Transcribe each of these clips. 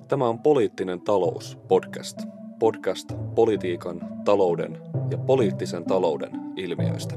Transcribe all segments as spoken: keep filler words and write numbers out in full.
Tämä on Poliittinen talous podcast. Podcast politiikan, talouden ja poliittisen talouden ilmiöistä.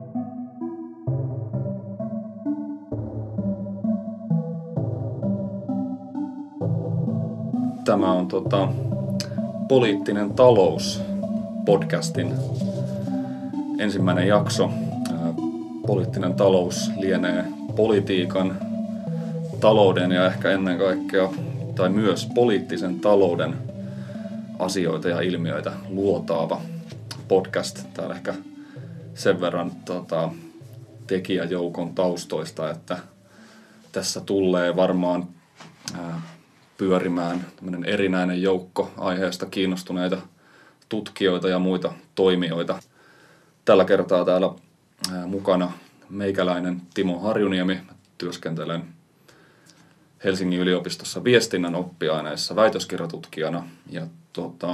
Tämä on tota, Poliittinen talous podcastin ensimmäinen jakso. Poliittinen talous lienee politiikan, talouden ja ehkä ennen kaikkea tai myös poliittisen talouden asioita ja ilmiöitä luotaava podcast. Täällä ehkä sen verran tota, tekijäjoukon taustoista, että tässä tulee varmaan ää, pyörimään tämmöinen erinäinen joukko aiheesta kiinnostuneita tutkijoita ja muita toimijoita. Tällä kertaa täällä ää, mukana meikäläinen Timo Harjuniemi. Työskentelen Helsingin yliopistossa viestinnän oppiaineissa väitöskirjatutkijana. Ja tota,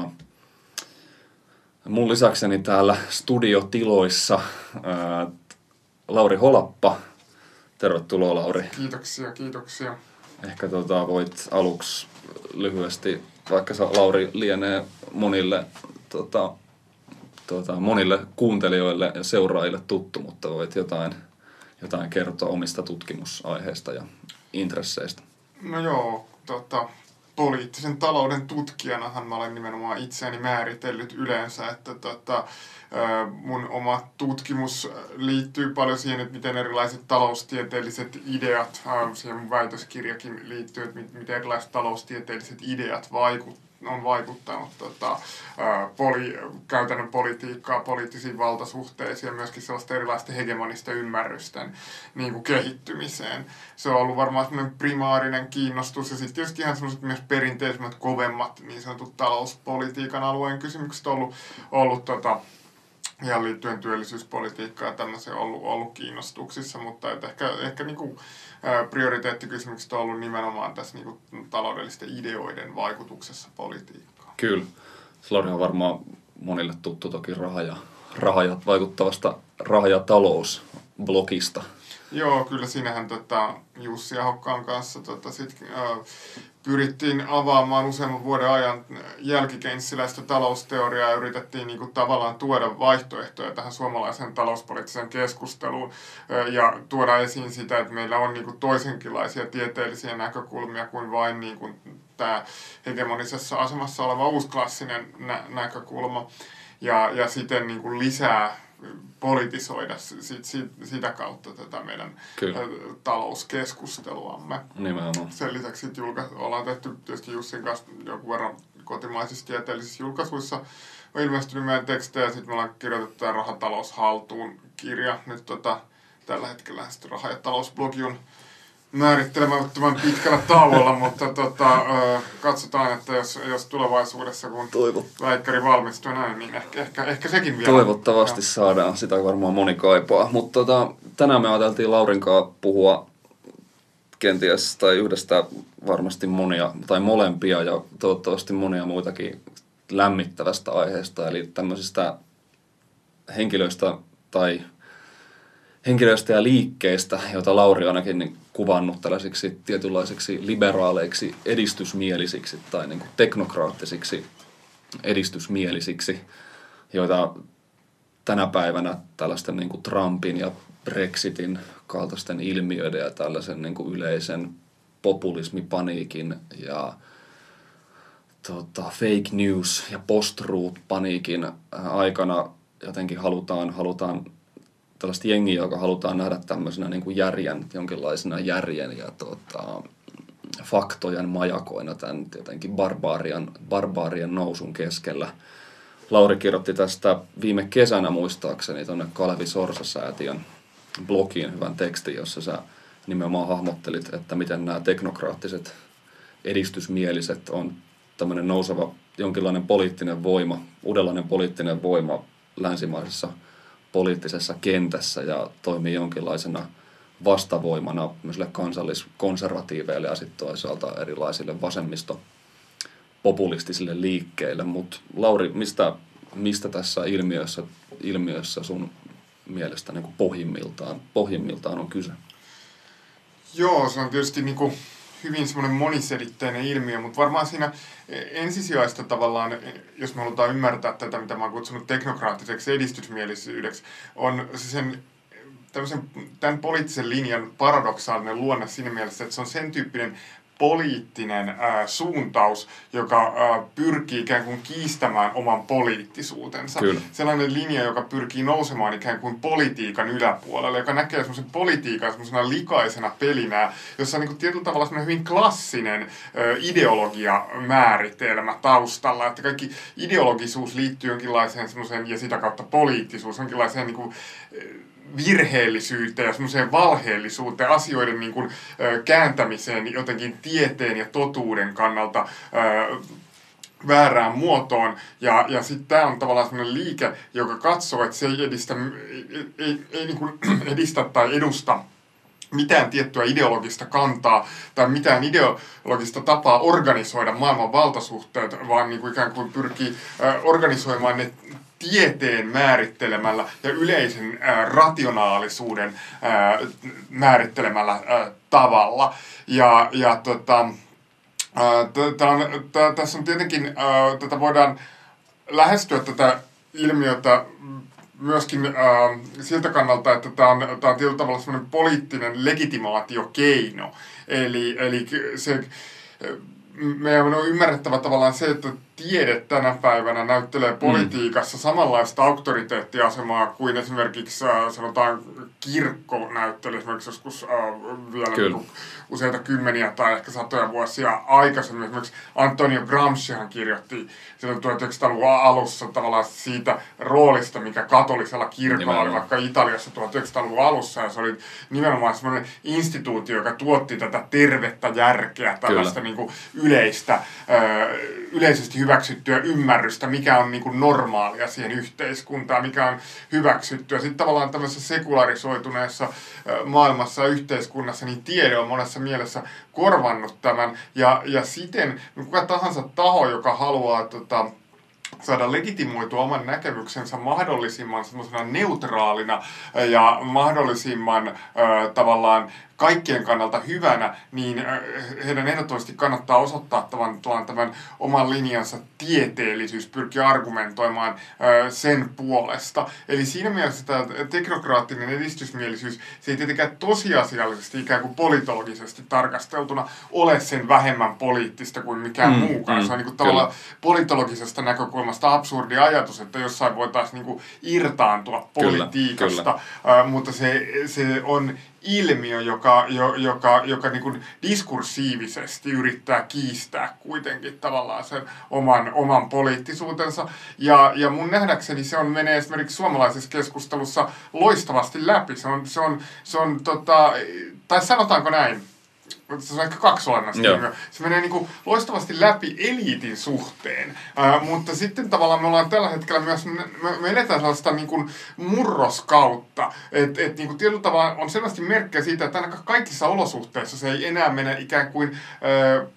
mun lisäkseni täällä studiotiloissa ää, Lauri Holappa. Tervetuloa, Lauri. Kiitoksia, kiitoksia. Ehkä tota, voit aluksi lyhyesti, vaikka sä, Lauri, lienee monille, tota, tota, monille kuuntelijoille ja seuraajille tuttu, mutta voit jotain, jotain kertoa omista tutkimusaiheista ja intresseistä. No joo, tota, poliittisen talouden tutkijanahan mä olen nimenomaan itseäni määritellyt yleensä, että tota, mun oma tutkimus liittyy paljon siihen, että miten erilaiset taloustieteelliset ideat, siihen mun väitöskirjakin liittyy, että miten erilaiset taloustieteelliset ideat vaikuttavat. on vaikuttanut tota, poli, käytännön politiikkaa, poliittisiin valtasuhteisiin ja myöskin sellaista erilaista hegemonista ymmärrysten niin kuin kehittymiseen. Se on ollut varmaan semmoinen primaarinen kiinnostus ja sitten tietysti ihan semmoiset myös perinteisemmät, kovemmat niin sanotut talouspolitiikan alueen kysymykset on ollut, ollut tota, ihan liittyen työllisyyspolitiikkaan ja tämmöiseen ollut, ollut kiinnostuksissa, mutta et ehkä, ehkä niinku, ä, prioriteettikysymykset on ollut nimenomaan tässä niinku, taloudellisten ideoiden vaikutuksessa politiikkaan. Kyllä. Lauri on varmaan monille tuttu toki raha- ja, raha- ja vaikuttavasta raha- ja talousblogista. Joo, kyllä siinähän tota, Jussi Ahokkaan kanssa tota, sit, ä, pyrittiin avaamaan useamman vuoden ajan jälkikeinsiläistä talousteoriaa ja yritettiin niin kuin, tavallaan tuoda vaihtoehtoja tähän suomalaiseen talouspoliittiseen keskusteluun ja tuoda esiin sitä, että meillä on niin kuin, toisenkinlaisia tieteellisiä näkökulmia kuin vain niin kuin, tämä hegemonisessa asemassa oleva uusklassinen nä- näkökulma ja, ja siten niin kuin, lisää politisoida sit, sit, sitä kautta tätä meidän Kyllä. talouskeskusteluamme. Nimenomaan. Sen lisäksi julka- ollaan tehty tietysti Jussin kanssa jonkun verran kotimaisissa tieteellisissä julkaisuissa on ilmestynyt meidän tekstejä ja sitten me ollaan kirjoitettu tämä Rahatalous haltuun -kirja. Nyt tota, tällä hetkellä sitten Raha- ja talousblogi on määrittelemättömän pitkällä tauolla, mutta tota, katsotaan, että jos, jos tulevaisuudessa, kun väikkäri valmistuu näin, niin ehkä, ehkä, ehkä sekin vielä. Toivottavasti ja saadaan, sitä varmaan moni kaipaa. Mutta tota, tänään me ajateltiin Laurin kanssa puhua kenties tai yhdestä varmasti monia tai molempia ja toivottavasti monia muitakin lämmittävästä aiheesta, eli tämmöisistä henkilöistä tai henkilöistä ja liikkeistä, joita Lauri ainakin niin kuvannut tällaisiksi tietynlaisiksi liberaaleiksi edistysmielisiksi tai niin kuin teknokraattisiksi edistysmielisiksi, joita tänä päivänä tällaisten niin kuin Trumpin ja Brexitin kaltaisten ilmiöiden ja tällaisen niin kuin yleisen populismipaniikin ja tota, fake news ja post-truth-paniikin aikana jotenkin halutaan, halutaan tällaista jengiä, joka halutaan nähdä tämmöisenä niin kuin järjen, jonkinlaisena järjen ja tota, faktojen majakoina tämän jotenkin barbaarian, barbaarian nousun keskellä. Lauri kirjoitti tästä viime kesänä muistaakseni tuonne Kalevi Sorsa-säätiön blogiin hyvän tekstin, jossa sä nimenomaan hahmottelit, että miten nämä teknokraattiset edistysmieliset on tämmöinen nouseva jonkinlainen poliittinen voima, uudenlainen poliittinen voima länsimaisessa poliittisessa kentässä ja toimii jonkinlaisena vastavoimana myös kansalliskonservatiiveille ja sitten toisaalta erilaisille vasemmistopopulistisille liikkeille. Mutta Lauri, mistä, mistä tässä ilmiössä, ilmiössä sun mielestä niin kuin pohjimmiltaan, pohjimmiltaan on kyse? Joo, se on tietysti niin kuin hyvin semmoinen moniselitteinen ilmiö, mutta varmaan siinä ensisijaista tavallaan, jos me halutaan ymmärtää tätä, mitä mä oon kutsunut teknokraattiseksi edistysmielisyydeksi, on se sen tämän poliittisen linjan paradoksaalinen luonne siinä mielessä, että se on sen tyyppinen poliittinen ää, suuntaus, joka ää, pyrkii ikään kuin kiistämään oman poliittisuutensa. Kyllä. Sellainen linja, joka pyrkii nousemaan ikään kuin politiikan yläpuolelle, joka näkee semmoisen politiikan semmoisena likaisena pelinä, jossa on niin kuin tietyllä tavalla semmoinen hyvin klassinen ää, ideologiamääritelmä taustalla, että kaikki ideologisuus liittyy jonkinlaiseen semmoiseen, ja sitä kautta poliittisuus, jonkinlaiseen niin kuin, virheellisyyteen ja semmoiseen valheellisuuteen, asioiden niin kuin, ö, kääntämiseen jotenkin tieteen ja totuuden kannalta ö, väärään muotoon. Ja, ja sitten tämä on tavallaan semmoinen liike, joka katsoo, että se ei edistä, ei, ei, ei niin kuin edistä tai edusta mitään tiettyä ideologista kantaa tai mitään ideologista tapaa organisoida maailman valtasuhteet, vaan niin kuin ikään kuin pyrkii ö, organisoimaan ne tieteen määrittelemällä ja yleisen ää, rationaalisuuden ää, määrittelemällä ää, tavalla. Ja, ja tota, ää, t- on, t- tässä on tietenkin, ää, tätä voidaan lähestyä tätä ilmiötä myöskin ää, siltä kannalta, että tämä on, tää on tietyllä tavalla semmoinen poliittinen legitimaatiokeino. Eli, eli se, meidän on ymmärrettävä tavallaan se, että tiede tänä päivänä näyttelee politiikassa samanlaista auktoriteettiasemaa kuin esimerkiksi äh, sanotaan kirkko näytteli esimerkiksi joskus äh, vielä niin useita kymmeniä tai ehkä satoja vuosia aikaisemmin. Esimerkiksi Antonio Gramscihan kirjoitti silloin tuhatyhdeksänsataaluvun alussa tavallaan siitä roolista, mikä katolisella kirkolla oli vaikka Italiassa tuhatyhdeksänsataaluvun alussa, ja se oli nimenomaan semmoinen instituutio, joka tuotti tätä tervettä järkeä, tällaista niin kuin yleistä, äh, yleisesti hyväksyttyä ymmärrystä, mikä on niin kuin normaalia siihen yhteiskuntaan, mikä on hyväksyttyä. Sitten tavallaan tämmöisessä sekularisoituneessa maailmassa ja yhteiskunnassa, niin tiede on monessa mielessä korvannut tämän. Ja, ja siten kuka tahansa taho, joka haluaa tota, saada legitimoitua oman näkemyksensä mahdollisimman semmoisena neutraalina ja mahdollisimman äh, tavallaan kaikkien kannalta hyvänä, niin heidän ehdottomasti kannattaa osoittaa tämän, tämän oman linjansa tieteellisyys, pyrkiä argumentoimaan sen puolesta. Eli siinä mielessä tämä teknokraattinen edistysmielisyys, se ei tietenkään tosiasiallisesti ikään kuin politologisesti tarkasteltuna ole sen vähemmän poliittista kuin mikään mm, muukaan. Mm, se on niin kuin tavallaan politologisesta näkökulmasta absurdi ajatus, että jossain voitaisiin niin kuin irtaantua politiikasta, kyllä, kyllä. Uh, mutta se, se on ilmiö, joka, jo, joka, joka niin kuin diskursiivisesti yrittää kiistää kuitenkin tavallaan sen oman, oman poliittisuutensa. Ja, ja mun nähdäkseni se on menee esimerkiksi suomalaisessa keskustelussa loistavasti läpi. Se on, se on, se on tota, tai sanotaanko näin, se on ehkä kaksiolennaista. Se menee niin kuin loistavasti läpi eliitin suhteen, uh, mutta sitten tavallaan me ollaan tällä hetkellä myös, me, me eletään sellaista niin kuin murroskautta, että et, niin kuin tietyllä tavalla on selvästi merkkejä siitä, että ainakaan kaikissa olosuhteissa se ei enää mene ikään kuin uh,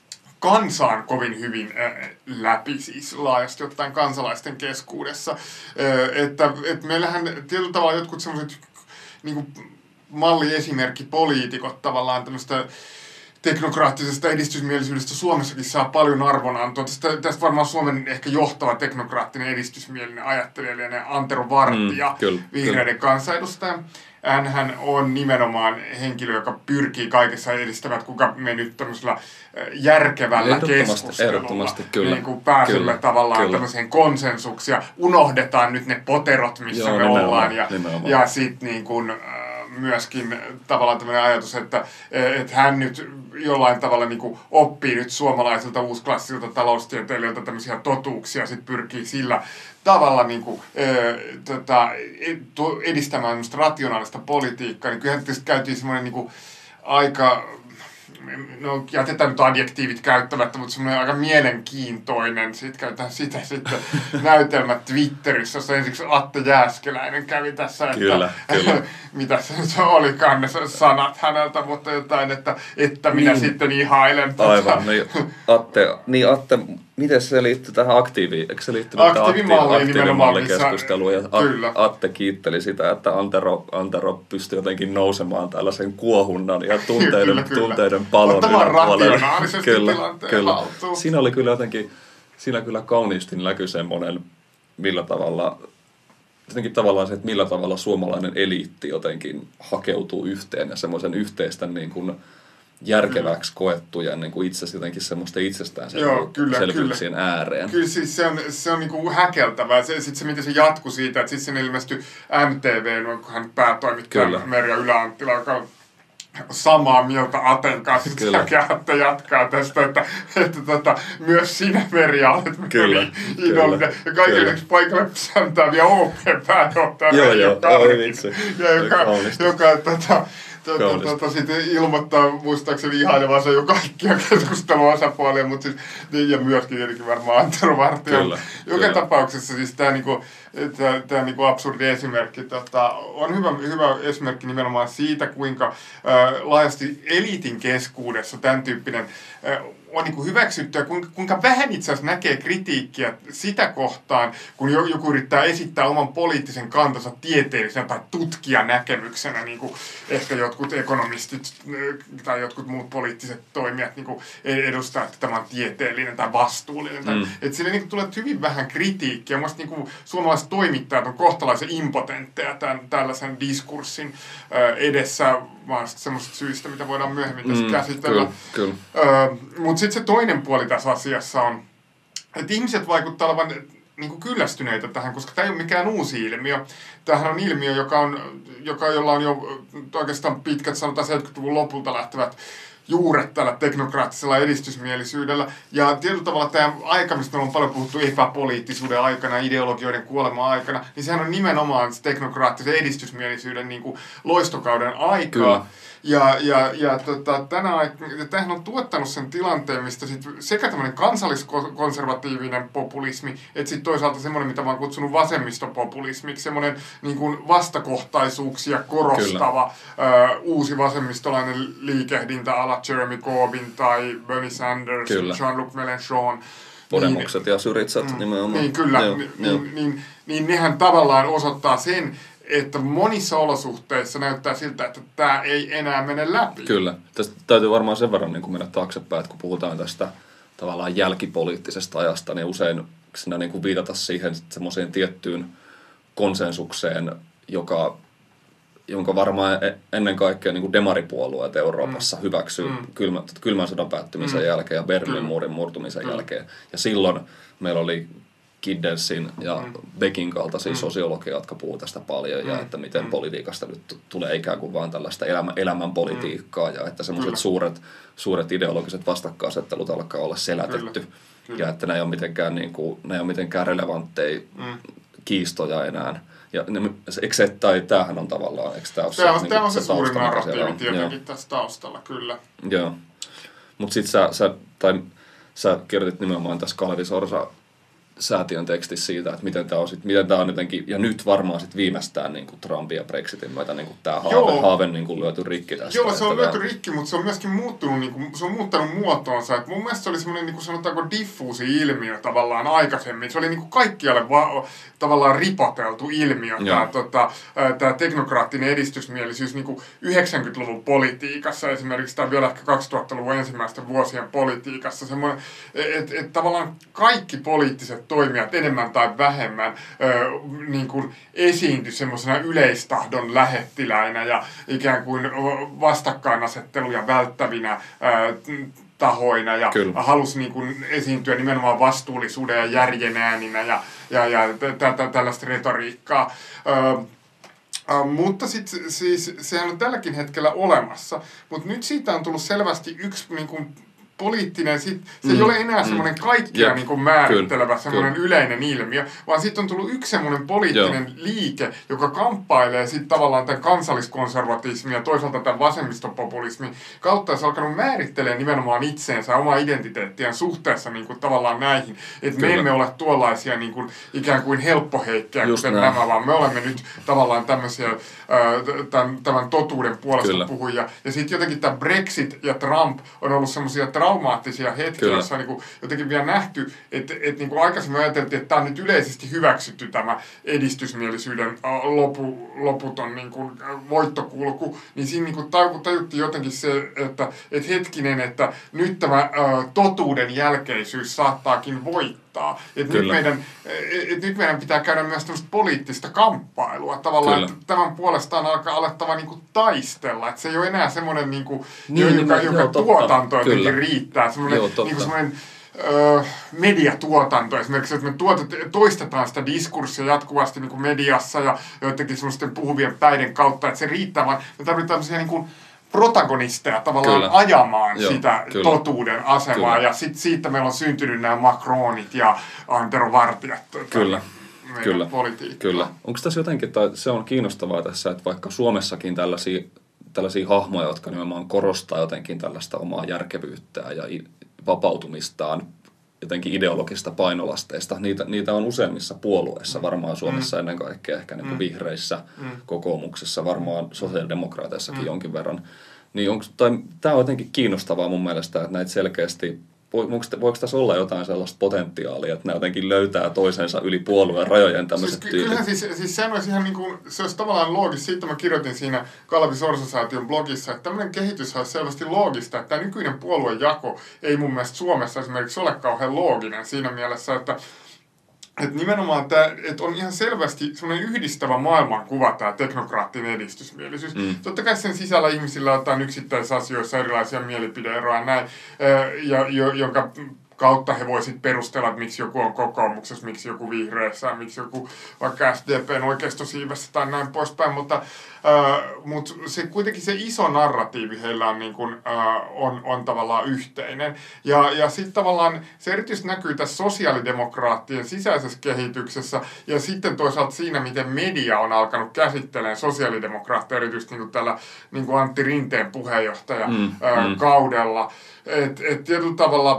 kansaan kovin hyvin äh, läpi, siis laajasti ottaen kansalaisten keskuudessa. Äh, että et meillähän tietyllä tavalla jotkut sellaiset niin kuin malliesimerkki poliitikot tavallaan tämmöistä teknokraattisesta edistysmielisyydestä Suomessakin saa paljon arvonantoa. Tästä, tästä varmaan Suomen ehkä johtava teknokraattinen edistysmielinen ajattelija, eli Antero Vartija, mm, kyllä, vihreiden kyllä. kansanedustaja. Hänhän on nimenomaan henkilö, joka pyrkii kaikessa edistämään, että kuka me nyt tämmöisellä järkevällä keskustelulla niin kuin pääsemme kyllä, tavallaan kyllä. tämmöiseen konsensukseen. Unohdetaan nyt ne poterot, missä Joo, me ollaan. Ja, ja sitten niin kuin myöskin tavallaan tämmöinen ajatus, että, että hän nyt jollain tavalla niin kuin oppii nyt suomalaisilta uusklassisilta taloustieteilijöiltä tämmöisiä totuuksia, sitten pyrkii sillä tavalla niin kuin, ö, tota, edistämään rationaalista politiikkaa. Niin kyllähän tietysti käytiin semmoinen niin kuin aika, no jätetään nyt adjektiivit käyttämättä, mutta semmoinen aika mielenkiintoinen, sitten käytetään sitä sitten näytelmä Twitterissä, jossa ensiksi Atte Jääskeläinen kävi tässä, että kyllä, kyllä. mitä se olikaan ne sanat häneltä, mutta jotain, että, että minä niin, sitten ihailen. Aivan, niin Atte, niin Atte miten se liittyy tähän aktiiviin? Eikö se liittynyt aktiivimalliin aktiivimallikeskusteluun? Ja kyllä. Atte kiitteli sitä, että Antero, Antero pystyi jotenkin nousemaan tällaisen kuohunnan ja tunteiden, kyllä, kyllä. tunteiden palon yläpuolelle. Kyllä, kyllä. Siinä oli kyllä jotenkin, siinä kyllä kauniisti näkyi semmoinen, millä tavalla, jotenkin tavallaan se, että millä tavalla suomalainen eliitti jotenkin hakeutuu yhteen ja semmoisen yhteisten niin kuin järkeväksi koettuja niin kuin itse jotenkin semmoista itsestäänselvyyksien ääreen. Kyllä siis se on, se on niin kuin häkeltävää. Se, sit se, miten se jatkui siitä, että sitten sen ilmestyi M T V, kun hän päätoimittaja Merja Ylä-Anttila, joka on samaa mieltä Aten kanssa. Sitten Atte jatkaa tästä, että, että tota, myös sinä Merja olet kyllä, idollinen. Ja kaiken yksi paikalle säntää vielä O P-pääjohtaja Reijo Karkin, joka, joka tota, Tota, tota, sitten ilmoittaa muistaakseni ihailevansa jo kaikkia keskusteluosapuolia, mutta siis, niin, ja myöskin tietenkin varmaan Antero Vartio. Kyllä, Joka kyllä. tapauksessa siis tämä niinku, niinku absurdi esimerkki tota, on hyvä, hyvä esimerkki nimenomaan siitä, kuinka ää, laajasti eliitin keskuudessa tämän tyyppinen ää, on niin kuin hyväksytty ja kuinka, kuinka vähän itse asiassa näkee kritiikkiä sitä kohtaan, kun joku yrittää esittää oman poliittisen kantansa tieteellisen tai tutkijanäkemyksenä, niin kuin ehkä jotkut ekonomistit tai jotkut muut poliittiset toimijat niin kuin edustaa, että tämä on tieteellinen tai vastuullinen. Mm. Että sille niin kuin tulee hyvin vähän kritiikkiä. Mielestäni niin kuin suomalaiset toimittajat on kohtalaisen impotentteja tämän, tällaisen diskurssin edessä, vaan semmoisista syistä, mitä voidaan myöhemmin tässä mm, käsitellä. Kyllä, kyllä. Öö, mutta sitten se toinen puoli tässä asiassa on, että ihmiset vaikuttaa olevan niin kuin kyllästyneitä tähän, koska tämä ei ole mikään uusi ilmiö. Tämähän on ilmiö, joka on, joka, jolla on jo oikeastaan pitkät, sanotaan seitsemänkymmentäluvun lopulta lähtevät juuret tällä teknokraattisella edistysmielisyydellä. Ja tietyllä tavalla tämä aika, mistä me on paljon puhuttu epäpoliittisuuden aikana, ideologioiden kuoleman aikana, niin sehän on nimenomaan teknokraattisen edistysmielisyyden niin kuin loistokauden aikaa. Kyllä. Ja, ja, ja tota, tänä aikana, tämähän on tuottanut sen tilanteen, mistä sit sekä tämmöinen kansalliskonservatiivinen populismi, että sitten toisaalta semmoinen, mitä mä oon kutsunut vasemmistopopulismiksi, semmoinen niin kuin vastakohtaisuuksia korostava ö, uusi vasemmistolainen liikehdintä ala Jeremy Corbyn tai Bernie Sanders, kyllä. Jean-Luc Mélenchon. Podemokset niin, ja Syritsat mm, nimenomaan. Niin, kyllä. Joo, niin, jo. Niin, niin, niin nehän tavallaan osoittaa sen, että monissa olosuhteissa näyttää siltä, että tämä ei enää mene läpi. Kyllä. Tästä täytyy varmaan sen verran niin kun mennä taaksepäin, että kun puhutaan tästä tavallaan jälkipoliittisesta ajasta, niin usein siinä niin kuin viitata siihen semmoiseen tiettyyn konsensukseen, joka, jonka varmaan ennen kaikkea niin kuin demaripuolueet Euroopassa mm. hyväksyy mm. kylmä, kylmän sodan päättymisen mm. jälkeen ja Berliinin muurin murtumisen mm. jälkeen. Ja silloin meillä oli Kiddelsin ja mm. Beckin kaltaisia mm. sosiologeja, jotka puhuu tästä paljon, mm. ja että miten mm. politiikasta nyt tulee ikään kuin vaan tällaista elämä, elämänpolitiikkaa, mm. ja että semmoiset suuret, suuret ideologiset vastakkainasettelut alkaa olla selätetty, Kyllä. Kyllä. ja että ne ei ole mitenkään, niin kuin, ne ei ole mitenkään relevantteja mm. kiistoja enää. Ja ne, eikö se, tai tämähän on tavallaan, eikö tämä ole tämä se, on, niin tämä on se, se suuri narratiivi tietenkin Joo. tässä taustalla, kyllä. Joo, mutta sitten sä, sä, tai sä kirjoitit nimenomaan tässä Kalevi Sorsa säätiön teksti siitä, että miten tämä on, sit, miten tää on jotenkin, ja nyt varmaan sit viimeistään niin kuin Trumpin ja Brexitin myötä niin tämä haave, haave niin kuin lyöty rikki tästä. Joo, se on lyöty rikki, mutta se on myöskin muuttunut, niin kuin, se on muuttanut muotoonsa. Et mun mielestä se oli semmoinen, niin kuin sanotaanko, diffuusi ilmiö tavallaan aikaisemmin. Se oli niin kuin kaikkialle va- tavallaan ripoteltu ilmiö, tämä tota, teknokraattinen edistysmielisyys niin kuin yhdeksänkymmentäluvun politiikassa esimerkiksi, tai vielä ehkä kaksituhattaluvun ensimmäisten vuosien politiikassa. Semmoinen, että et, tavallaan kaikki poliittiset toimijat enemmän tai vähemmän ö, niin kuin esiintyi semmoisena yleistahdon lähettiläinä ja ikään kuin vastakkainasetteluja välttävinä ö, tahoina ja Kyllä. halusi niin kuin esiintyä nimenomaan vastuullisuuden ja järjen ääninä ja, ja, ja t- t- tällaista retoriikkaa. Ö, Uh, mutta sitten siis sehän on tälläkin hetkellä olemassa, mutta nyt siitä on tullut selvästi yksi niin kuin, poliittinen, sit, se mm, ei ole enää mm, semmoinen kaikkia yep, niin kuin määrittelevä semmoinen yleinen ilmiö, vaan sitten on tullut yksi semmoinen poliittinen Joo. liike, joka kamppailee sitten tavallaan tämän kansalliskonservatismin ja toisaalta tämän vasemmistopopulismin kautta, ja se on alkanut määrittelemään nimenomaan itseensä ja omaa identiteettiään suhteessa niin kuin tavallaan näihin, että me emme ole tuollaisia niin kuin, ikään kuin helppoheikkejä, Just kuten näin. nämä, vaan me olemme nyt tavallaan tämmöisiä äh, tämän, tämän totuuden puolesta Kyllä. puhujia. Ja sitten jotenkin tämä Brexit ja Trump on ollut semmoisia traumaattisia hetkiä, Kyllä. joissa on niin kuin, jotenkin vielä nähty, että, että niin kuin aikaisemmin ajateltiin, että tämä on nyt yleisesti hyväksytty tämä edistysmielisyyden lopu, loputon niin kuin, voittokulku, niin siinä niin kuin tajuttiin jotenkin se, että, että hetkinen, että nyt tämä ä, totuuden jälkeisyys saattaakin voittaa. Että nyt meidän, et nyt meidän pitää käydä myös tämmöistä poliittista kamppailua. Tavallaan, Kyllä. että tämän puolestaan alkaa alettava niin kuin taistella. Että se ei ole enää semmoinen, niin kuin, niin, joka, niin, joka joo, tuotanto jotenkin Kyllä. riittää. Semmoinen, joo, niin kuin semmoinen öö, mediatuotanto esimerkiksi, että me tuotet, toistetaan sitä diskurssia jatkuvasti niin kuin mediassa ja jotenkin semmoisten puhuvien päiden kautta, että se riittää, vaan me tarvitaan tämmöisiä niin kuin protagonisteja tavallaan kyllä. ajamaan Joo, sitä kyllä. totuuden asemaa, kyllä. ja sit siitä meillä on syntynyt nämä Macronit ja Antero Vartijat. Kyllä, kyllä. kyllä. Onko tässä jotenkin, tai se on kiinnostavaa tässä, että vaikka Suomessakin tällaisia, tällaisia hahmoja, jotka nimenomaan korostaa jotenkin tällaista omaa järkevyyttään ja vapautumistaan, jotenkin ideologista painolasteista. Niitä, niitä on useimmissa puolueissa, varmaan Suomessa mm. ennen kaikkea, ehkä niin kuin mm. vihreissä, mm. kokoomuksessa, varmaan sosiaalidemokraateissakin mm. jonkin verran. Niin onko, tai, tämä on jotenkin kiinnostavaa mun mielestä, että näitä selkeästi, voiko, voiko tässä olla jotain sellaista potentiaalia, että nämä jotenkin löytää toisensa yli puolueen rajojen tämmöiset siis, tyylit? Kyllähän siis, siis sehän olisi ihan niin kuin, se olisi tavallaan loogista, siitä mä kirjoitin siinä Kalevi Sorsa-säätiön blogissa, että tämmöinen kehitys olisi selvästi loogista, että tämä nykyinen puoluejako ei mun mielestä Suomessa esimerkiksi ole kauhean looginen siinä mielessä, että Että nimenomaan tämä, että on ihan selvästi semmoinen yhdistävä maailmankuva tämä teknokraattinen edistysmielisyys. Mm. Totta kai sen sisällä ihmisillä on jotain yksittäisissä asioissa erilaisia mielipide-eroja näin, ja, jo, jonka kautta he voisivat perustella, että miksi joku on kokoomuksessa, miksi joku vihreässä, miksi joku vaikka S D P:n oikeistosiivessä tai näin poispäin, mutta Uh, mutta se, kuitenkin se iso narratiivi heillä on, niin kun, uh, on, on tavallaan yhteinen. Ja, ja sitten tavallaan se erityisesti näkyy tässä sosiaalidemokraattien sisäisessä kehityksessä ja sitten toisaalta siinä, miten media on alkanut käsittelemään sosiaalidemokraatteja, erityisesti niin kuin tällä niin kuin Antti Rinteen puheenjohtaja mm, uh, mm. kaudella. Että et tietyllä tavalla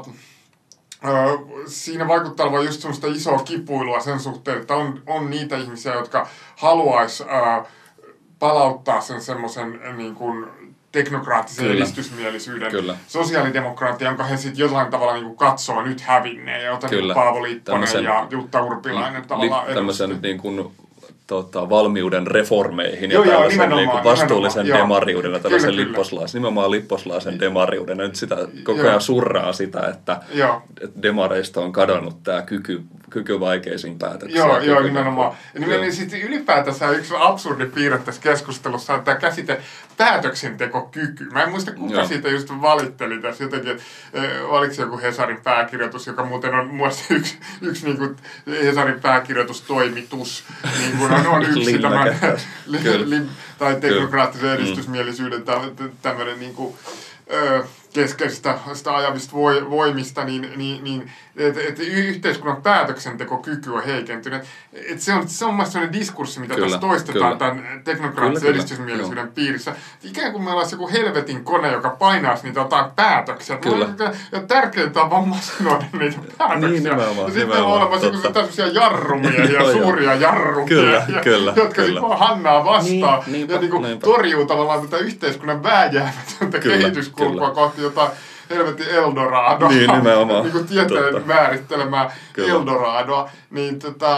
Uh, siinä vaikuttaa olevan just semmoista isoa kipuilua sen suhteen, että on, on niitä ihmisiä, jotka haluaisi uh, palauttaa sen semmoisen niin kuin teknokraattisen Kyllä. edistysmielisyyden Kyllä. sosiaalidemokraattia, jonka he sitten jollain tavalla niin kuin katsoo nyt hävinneen, ja otan niin Paavo Lipponen ja Jutta Urpilainen li, tavallaan tämmöisen niin kuin Tota, valmiuden reformeihin ja joo, tällaisen joo, niin kuin vastuullisen demariuden ja tällaisen lipposlaisen, nimenomaan lipposlaisen demariuden. Nyt sitä koko ajan surraa sitä, että, että demareista on kadonnut tämä kyky, kyky vaikeisiin päätöksiin. Joo, joo nimenomaan. Ja nimenomaan sitten ylipäätänsä yksi absurdi piirre tässä keskustelussa on tämä käsite päätöksentekokyky. Mä en muista, kuka joo. siitä just valitteli tässä jotenkin, että valiksi joku Hesarin pääkirjoitus, joka muuten on muista yksi, yksi niin kuin Hesarin pääkirjoitustoimitus, niin kuin on, on yksi tämän, li, li, tai teknokraattisen edistysmielisyyden tämmöinen niin kuin, ö, keskeisistä sitä ajavista voimista, niin, niin, niin että et yhteiskunnan päätöksentekokyky on heikentynyt. Et se on, se on mielestäni sellainen diskurssi, mitä kyllä, tässä toistetaan kyllä. tämän teknokraattisen edistysmielisyyden kyllä. piirissä. Ikään kuin meillä olisi joku helvetin kone, joka painaisi niitä jotain päätöksiä. Ja tärkeintä on vaan masinoida niitä päätöksiä. Niin, nimenomaan, ja sitten on olemassa tämmöisiä jarrumiehiä, suuria jarrumiehiä, kyllä, jotka sitten vaan hannaa vastaan niin, niinpä, ja niin kuin torjuu tavallaan tätä yhteiskunnan vääjäämätöntä kehityskulkua kohti jotain helvetin Eldoradoa, niin, nimenomaan. niin kuin tieteen Totta. määrittelemää Kyllä. Eldoradoa, niin tota,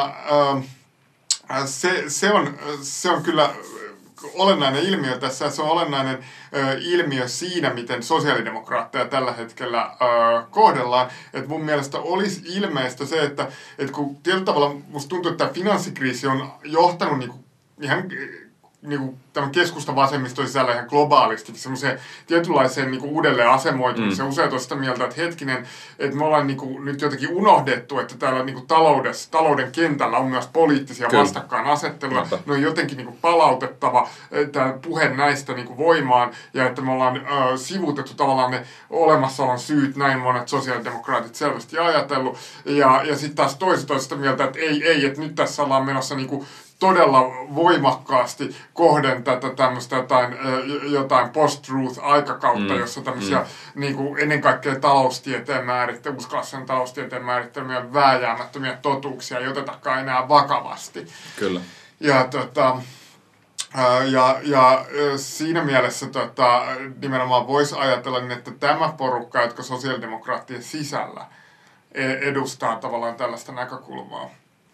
äh, se, se, on, se on kyllä olennainen ilmiö tässä. Se on olennainen äh, ilmiö siinä, miten sosiaalidemokraatteja tällä hetkellä äh, kohdellaan. Et mun mielestä olisi ilmeistä se, että et kun tietyllä tavalla musta tuntuu, että tämä finanssikriisi on johtanut niinku ihan niinku tämän keskusta-vasemmiston sisällä ihan globaalisti semmoiseen tietynlaiseen niinku uudelleen asemoitumiseen. Mm. Useat on sitä mieltä, että hetkinen, että me ollaan niinku nyt jotenkin unohdettu, että täällä niinku taloudessa, talouden kentällä on myös poliittisia Kyllä. vastakkainasetteluja. Kyllä. Ne on jotenkin niinku palautettava tämä puhe näistä niinku voimaan, ja että me ollaan äh, sivuutettu tavallaan ne olemassaolon syyt, näin monet sosiaalidemokraatit selvästi ajatellut. Ja, ja sitten taas toiset on sitä mieltä, että ei, ei, että nyt tässä ollaan menossa niinku todella voimakkaasti kohden tätä tämmöistä jotain, jotain post-truth-aikakautta, mm. jossa tämmöisiä mm. niin kuin ennen kaikkea taloustieteen määrittelyä, uskallisen taloustieteen määrittelemiä vääjäämättömiä totuuksia ei otetakaan enää vakavasti. Kyllä. Ja tota, Ja, ja siinä mielessä tota, nimenomaan voisi ajatella niin, että tämä porukka, jotka sosiaalidemokraattien sisällä edustaa tavallaan tällaista näkökulmaa,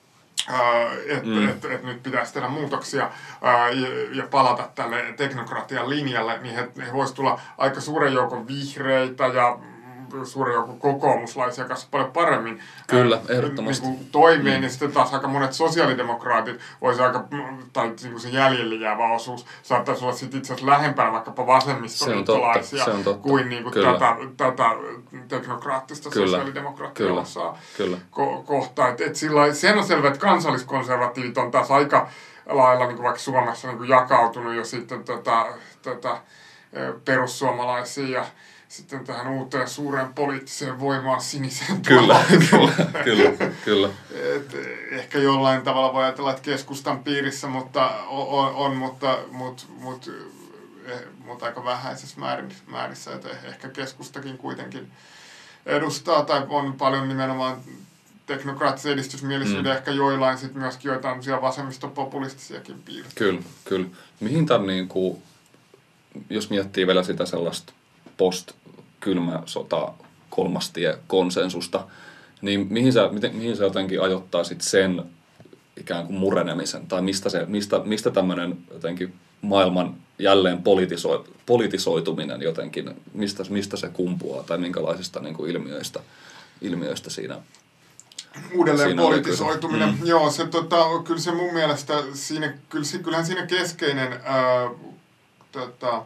että mm. et, et nyt pitäisi tehdä muutoksia ää, ja, ja palata tälle teknokratian linjalle, niin he, he voisi tulla aika suuren joukon vihreitä ja suuren joukon kokoomuslaisia kanssa paljon paremmin Kyllä, ehdottomasti. Niin toimeen, mm. ja sitten taas aika monet sosiaalidemokraatit voisi aika, tai niin se jäljelle jäävä osuus saattaisi olla sitten itse asiassa lähempänä vaikkapa vasemmistoliittolaisia kuin, niin kuin tätä, tätä teknokraattista Kyllä. sosiaalidemokraattia osaa ko- kohtaa. Et, et sillä, sen on selvä, että kansalliskonservatiivit on taas aika lailla niin kuin vaikka Suomessa niin kuin jakautunut jo sitten tota, tota, perussuomalaisiin ja sitten tähän uuteen suureen poliittiseen voimaan siniseen Kyllä, kyllä, kyllä, kyllä. Et ehkä jollain tavalla voi ajatella, että keskustan piirissä mutta on, on mutta, mutta, mutta, mutta aika vähäisessä määrissä, että ehkä keskustakin kuitenkin edustaa tai on paljon nimenomaan teknokraattisen edistysmielisyyden, mm. ehkä joillain sitten myöskin joitain vasemmistopopulistisiakin piirteitä. Kyllä, kyllä. Mihin tämän, niin kuin, jos miettii vielä sitä sellaista post-kylmä sota kolmas tie konsensusta, niin mihin sä, miten, mihin sä jotenkin ajoittaa sit sen ikään kuin murenemisen, tai mistä, se, mistä, mistä tämmöinen jotenkin maailman jälleen politisoi, politisoituminen jotenkin, mistä, mistä se kumpuaa, tai minkälaisista niin kuin ilmiöistä, ilmiöistä siinä Uudelleen siinä politisoituminen, mm. joo, se, tota, kyllä se mun mielestä, siinä, kyllähän siinä keskeinen ää, tota,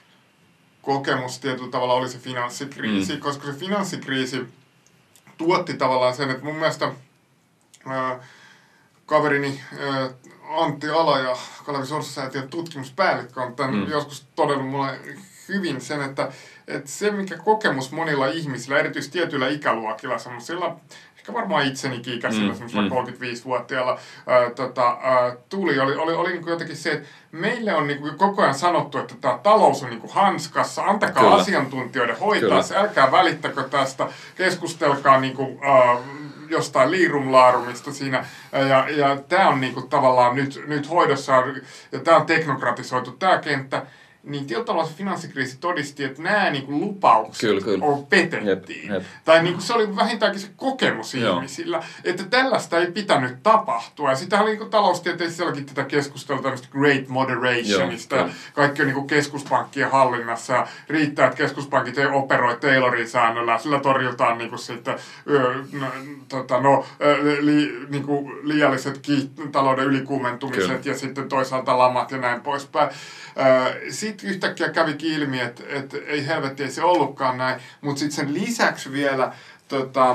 kokemus tietyllä tavalla oli se finanssikriisi, mm. koska se finanssikriisi tuotti tavallaan sen, että mun mielestä ää, kaverini ää, Antti Ala ja Kalevi Sorsa-säätiön tutkimuspäällikkö on tämän mm. joskus todennut mulle hyvin sen, että, että se mikä kokemus monilla ihmisillä, erityisesti tietyillä ikäluokilla, semmoisilla ehkä varmaan itsenikin ikäisillä, mm, semmoisella mm. kolmekymmentäviisivuotiailla ää, tota, ää, tuli, oli, oli, oli niin kuin jotenkin se, että meille on niin kuin koko ajan sanottu, että tämä talous on niin kuin hanskassa, antakaa Kyllä. asiantuntijoiden hoitaa se, älkää välittäkö tästä, keskustelkaa niin kuin, ää, jostain liirumlaarumista siinä, ja, ja tämä on niin kuin tavallaan nyt, nyt hoidossa, ja tämä on teknokratisoitu tämä kenttä, niin tietyllä tavalla se finanssikriisi todisti, että nämä niin kuin lupaukset kyllä, kyllä. on petettiin. Jep, jep. Tai niin kuin se oli vähintäänkin se kokemus Joo. ihmisillä, että tällaista ei pitänyt tapahtua. Ja sitähän oli niin taloustieteelliselläkin tätä keskustelua tämmöistä great moderationista. Joo, ja kaikki on niin kuin keskuspankkien hallinnassa. Ja riittää, että keskuspankit ei operoi Taylorin säännöllä. Sillä torjutaan niin kuin sitten, no, tota, no, li, niin kuin liialliset kiht- talouden ylikuumentumiset kyllä. ja sitten toisaalta lamat ja näin poispäin. Sitten yhtäkkiä kävikin ilmi, että, että ei helvetti, ei se ollutkaan näin, mutta sitten sen lisäksi vielä, tota,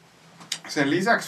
sen lisäksi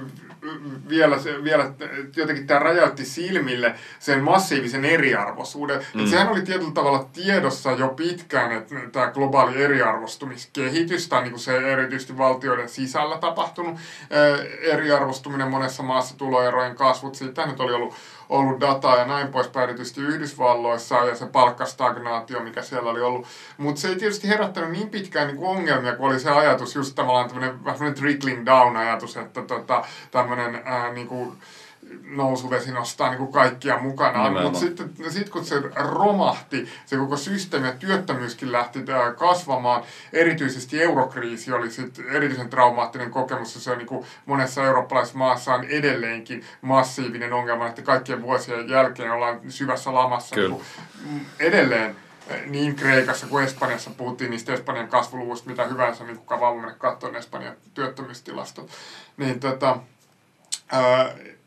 vielä, vielä jotenkin tämä rajoitti silmille sen massiivisen eriarvoisuuden. Mm. Sehän oli tietyllä tavalla tiedossa jo pitkään, että tämä globaali eriarvostumiskehitys, tai niin kuin se erityisesti valtioiden sisällä tapahtunut eriarvostuminen monessa maassa, tuloerojen kasvut, siitä nyt oli ollut ollut dataa ja näin poispäin, erityisesti Yhdysvalloissa ja se palkkastagnaatio, mikä siellä oli ollut. Mutta se ei tietysti herättänyt niin pitkään niin kuin ongelmia, kun oli se ajatus, just tavallaan tämmöinen vähän trickling down ajatus, että tota, tämmöinen ää, niin kuin nousuvesi nostaa niin kuin kaikkia mukanaan. Mutta sitten sit, kun se romahti, se koko systeemi ja työttömyyskin lähti ää, kasvamaan, erityisesti eurokriisi oli sitten erityisen traumaattinen kokemus, ja se on niin kuin monessa eurooppalaisessa maassa on edelleenkin massiivinen ongelma, että kaikkien vuosien jälkeen ollaan syvässä lamassa niin kuin edelleen. Niin Kreikassa kuin Espanjassa puhuttiin niistä Espanjan kasvuluvuista, mitä hyvänsä, niin kuka vaan mennä katsomaan Espanjan työttömyystilastot. Niin tota... Ää,